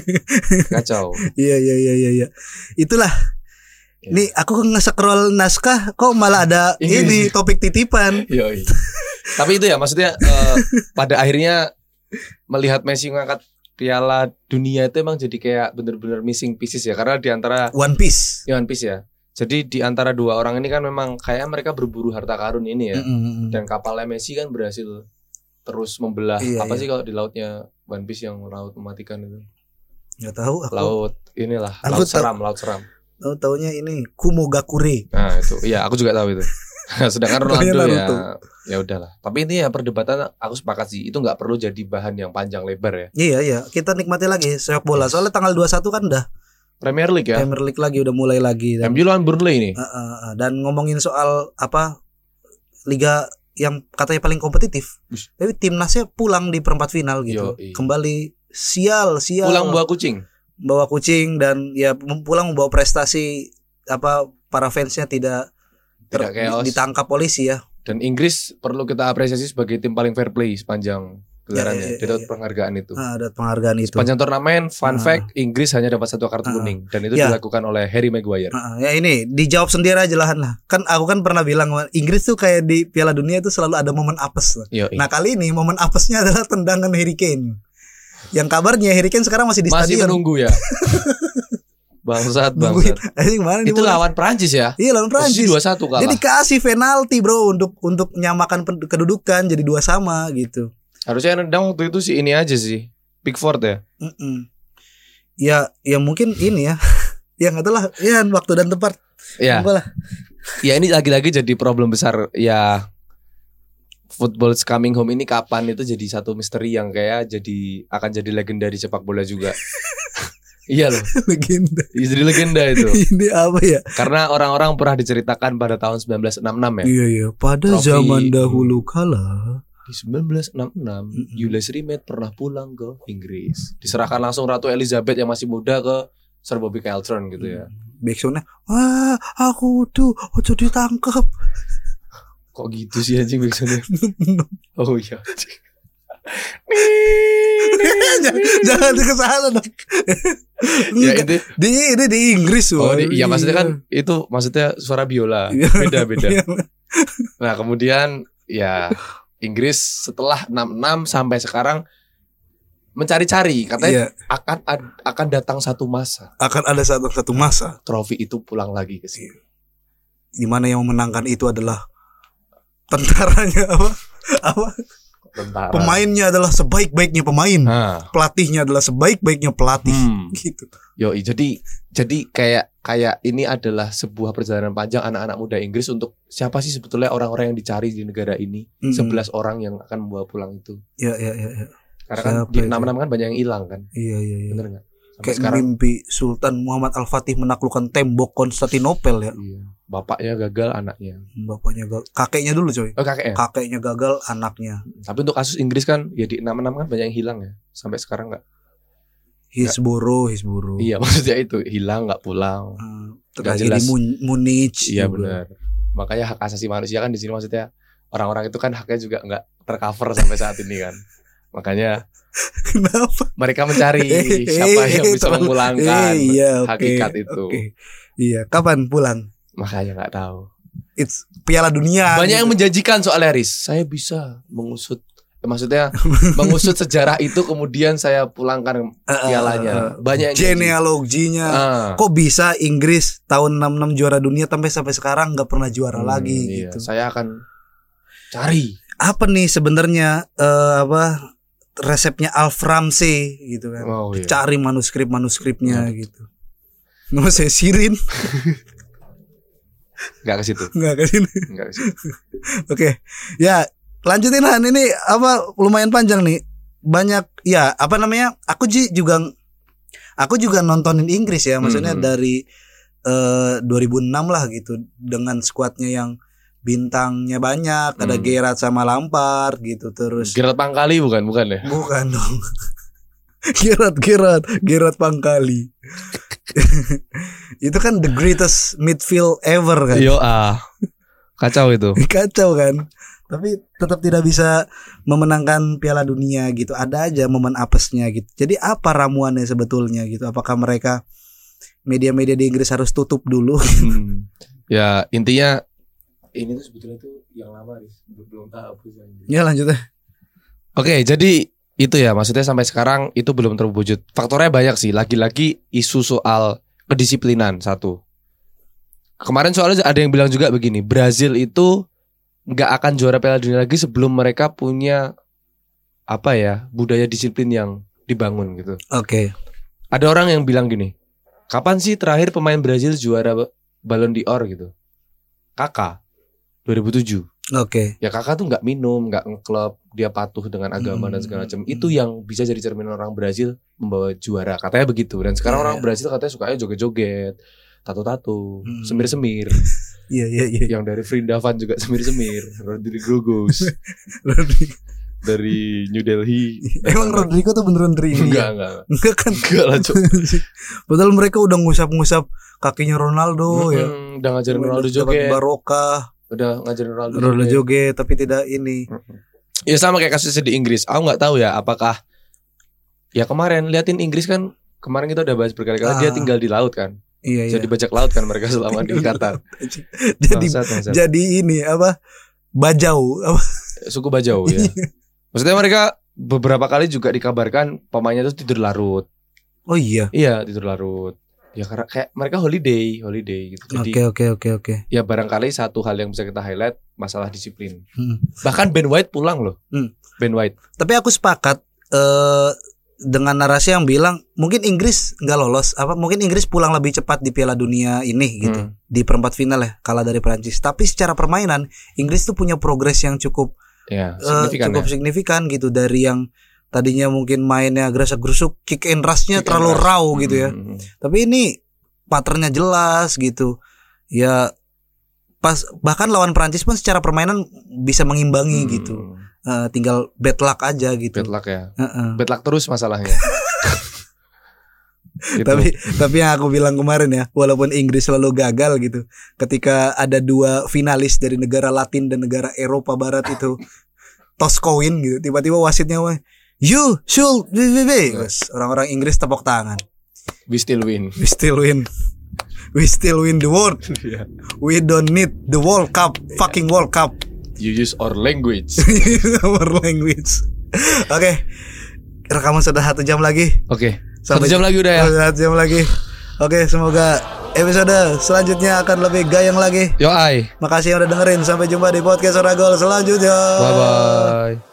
Kacau. Iya iya iya iya. iya. Itulah. Ya. Nih aku nge-scroll naskah kok malah ada Inggris. ini topik titipan. Yoi. Tapi itu ya maksudnya eh, pada akhirnya melihat Messi ngangkat Piala Dunia itu emang jadi kayak bener-bener missing pieces ya, karena di antara One Piece. ya One Piece ya. Jadi di antara dua orang ini kan memang kayak mereka berburu harta karun ini ya. Mm-mm. Dan kapalnya Messi kan berhasil terus membelah Iya, apa iya. sih kalau di lautnya One Piece yang laut mematikan itu. Nggak tahu aku. Laut inilah, Aku laut tahu. seram, laut seram. Tahu taunya ini Kumogakure. Nah, itu. Iya, aku juga tahu itu. Sedangkan Taunya Ronaldo ya Naruto. ya udahlah. Tapi ini ya perdebatan aku sepakat sih. Itu nggak perlu jadi bahan yang panjang lebar ya. Iya iya, kita nikmati lagi sepak bola. Soalnya tanggal dua puluh satu kan udah Premier League ya. Premier League lagi udah mulai lagi dan, M U lawan Burnley nih. uh, uh, uh, dan ngomongin soal apa liga yang katanya paling kompetitif. Ush. Tapi timnasnya pulang di perempat final gitu. Yoi. Kembali sial sial Pulang bawa kucing. bawa kucing dan ya pulang membawa prestasi apa para fansnya tidak ter- Tidak chaos. ditangkap polisi ya. Dan Inggris perlu kita apresiasi sebagai tim paling fair play sepanjang gelarannya. Ya, ya, ya, Dia dapat ya. penghargaan itu. Nah, ada penghargaan itu. Sepanjang turnamen, fun Ah. fact, Inggris hanya dapat satu kartu Ah. kuning dan itu Ya. dilakukan oleh Harry Maguire. Nah, ya ini dijawab sendiri aja lah lah. Kan aku kan pernah bilang Inggris tuh kayak di Piala Dunia itu selalu ada momen apes. Yo, Nah kali ini momen apesnya adalah tendangan Harry Kane. Yang kabarnya Harry Kane sekarang masih di masih stadion. menunggu ya. Bangsat, Nungguin. bangsat. Eh, gimana nih, Itu Bang? lawan Prancis ya. Iya lawan Posisi Prancis. dua satu kalah. Jadi kasih penalti bro untuk untuk menyamakan pen- kedudukan jadi dua sama gitu. Harusnya yang nendang waktu itu sih ini aja sih. Pickford ya. Mm-mm. Ya ya mungkin ini ya. Ya nggak tahu lah. Ya waktu dan tempat. Ya. Enggak lah. Ya ini lagi-lagi jadi problem besar ya. Football is coming home ini kapan itu jadi satu misteri yang kayak jadi akan jadi legenda di sepak bola juga. Iya loh. Legenda. Jadi legenda itu. Ini apa ya? Karena orang-orang pernah diceritakan pada tahun sembilan belas enam puluh enam ya. Iya iya. Pada Trofi- zaman dahulu kala. Di sembilan belas enam puluh enam, Mm-mm. Julius Rimet pernah pulang ke Inggris. Diserahkan langsung Ratu Elizabeth yang masih muda ke Sir Bobby Charlton gitu ya. Backsoundnya, wah aku tuh ojo ditangkap. Kok gitu sih anjing biasanya? Oh iya. jangan, jangan ke sana dong. Ya Enggak, itu. di ini di Inggris Oh wah. di- iya maksudnya kan itu maksudnya suara biola. Iya. Beda-beda. Iya. Nah, kemudian ya Inggris setelah enam puluh enam sampai sekarang mencari-cari katanya Iya, akan ad- akan datang satu masa akan ada satu satu masa trofi itu pulang lagi ke sini. di mana yang memenangkan itu adalah tentaranya apa? Apa? Tentara. Pemainnya adalah sebaik-baiknya pemain. Nah, Pelatihnya adalah sebaik-baiknya pelatih. hmm. Gitu. Yoi, jadi jadi kayak kayak ini adalah sebuah perjalanan panjang anak-anak muda Inggris untuk siapa sih sebetulnya orang-orang yang dicari di negara ini. Mm-mm. sebelas orang yang akan membawa pulang itu. Ya ya ya. ya. Karena kan Siapa di itu? enam enam kan banyak yang hilang kan. Iya iya iya. Bener enggak? Sampai Kayak sekarang mimpi Sultan Muhammad Al-Fatih menaklukkan tembok Konstantinopel ya. iya. Bapaknya gagal, anaknya. Bapaknya gagal, kakeknya dulu coy. Oh, kakeknya. Kakeknya gagal, anaknya. Tapi untuk kasus Inggris kan ya di enam enam kan banyak yang hilang ya. Sampai sekarang enggak. Hizboro, Hizboro. Iya, maksudnya itu hilang enggak pulang. Hmm, Nggak tragedi jelas. Mun- Munich Iya juga. benar. Makanya hak asasi manusia kan di sini maksudnya orang-orang itu kan haknya juga nggak tercover sampai saat ini kan. Makanya Kenapa? mereka mencari siapa yang bisa memulangkan Eh, iya, oke, hakikat itu. oke. Iya, kapan pulang? Makanya nggak tahu. It's Piala Dunia. Banyak yang gitu. menjanjikan soal Haris. Saya bisa mengusut, eh, maksudnya mengusut sejarah itu kemudian saya pulangkan pialanya. Banyak yang janji. Genealoginya. Ah. Kok bisa Inggris tahun enam puluh enam juara dunia sampai sampai sekarang nggak pernah juara Hmm, lagi iya. gitu. Saya akan cari. Apa nih sebenarnya eh, apa resepnya Alf Ramsey gitu kan? Oh, iya. Cari manuskrip-manuskripnya Iya. gitu. Nama saya Sirin. Nggak ke situ. Nggak ke sini. Nggak ke situ. Oke. Ya, lanjutin Han, ini apa lumayan panjang nih. Banyak ya, apa namanya? Aku ji- juga aku juga nontonin Inggris ya, maksudnya Hmm. dari eh, dua ribu enam lah gitu, dengan skuadnya yang bintangnya banyak, ada Hmm. Gerrard sama Lampard gitu, terus Gerard Pangkali bukan, bukan ya? bukan dong. Gerrard Gerrard Gerrard Pangkali. Itu kan the greatest midfield ever kan. Yo ah. Kacau itu. Kacau kan. Tapi tetap tidak bisa memenangkan Piala Dunia gitu. Ada aja momen apesnya gitu. Jadi apa ramuannya sebetulnya gitu? Apakah mereka media-media di Inggris harus tutup dulu? Hmm. Ya intinya ini tuh sebetulnya tuh yang lama nih, belum tahu. Ya lanjut deh. Oke, jadi itu ya maksudnya sampai sekarang itu belum terwujud. Faktornya banyak sih. Lagi-lagi isu soal kedisiplinan satu. Kemarin soalnya ada yang bilang juga begini, Brazil itu nggak akan juara Piala Dunia lagi sebelum mereka punya apa ya budaya disiplin yang dibangun gitu. Oke. Ada orang yang bilang gini, kapan sih terakhir pemain Brazil juara Ballon d'Or gitu? Kakak dua ribu tujuh. Oke. Ya kakak tuh nggak minum, nggak ngeklub, dia patuh dengan agama Hmm. dan segala macam. Itu yang bisa jadi cerminan orang Brazil membawa juara. Katanya begitu. Dan sekarang Yeah. orang Brazil katanya sukanya joget-joget, tato-tato, Hmm. semir-semir. Iya iya iya. Yang dari Vrindavan juga semir-semir. Rodrigo Gos Rodrigo. dari New Delhi. Emang Rodrigo tuh beneran dreamy? Enggak, enggak. Enggak kan? Enggak lah, Cuk. Padahal mereka udah ngusap-ngusap kakinya Ronaldo ya. Mm-mm, udah ngajarin Ronaldo Dapat joget. barokah. Udah ngajarin Ronaldo, Ronaldo joget. joget tapi tidak ini. Ya sama kayak kasusnya di Inggris. Aku nggak tahu ya apakah ya kemarin liatin Inggris kan kemarin kita udah bahas berkali-kali Ah. dia tinggal di laut kan. Iya iya. Jadi bajak laut kan mereka selama di Qatar. Jadi Bangsat, bangsat. jadi ini apa? Bajau apa? Suku Bajau ya. Maksudnya mereka beberapa kali juga dikabarkan pemainnya tuh tidur larut. Oh iya. Iya tidur larut. Ya karena kayak mereka holiday, holiday gitu. Jadi Oke oke oke oke. ya barangkali satu hal yang bisa kita highlight masalah disiplin. Hmm. Bahkan Ben White pulang loh. Hmm. Ben White. Tapi aku sepakat eh dengan narasi yang bilang mungkin Inggris nggak lolos, apa mungkin Inggris pulang lebih cepat di Piala Dunia ini gitu, Hmm. di perempat final ya, kalah dari Prancis. Tapi secara permainan Inggris tuh punya progres yang cukup Ya, eh, signifikan cukup ya. signifikan gitu, dari yang tadinya mungkin mainnya gerasa-gerusuk, kick and rush-nya Kick and terlalu rush. raw gitu ya. Hmm. Tapi ini patternnya jelas gitu. Ya pas bahkan lawan Prancis pun secara permainan bisa mengimbangi Hmm. gitu. Eh, tinggal bad luck aja gitu. Bad luck ya. Heeh. Bad luck terus masalahnya. Gitu. Tapi tapi yang aku bilang kemarin ya, walaupun Inggris selalu gagal gitu, ketika ada dua finalis dari negara Latin dan negara Eropa Barat itu toss coin gitu, tiba-tiba wasitnya wah, you should be, be, be. Terus orang-orang Inggris tepuk tangan. we still win. We still win. We still win the world. Yeah. We don't need the World Cup, fucking World Cup. You use our language. Our language. Oke. Rekaman sudah satu jam lagi. Oke. Sampai Satu jam lagi udah ya. Satu jam lagi. Oke, semoga episode selanjutnya akan lebih gayang lagi. Yo ai. Makasih yang udah dengerin. Sampai jumpa di podcast Oragol selanjutnya. Bye bye.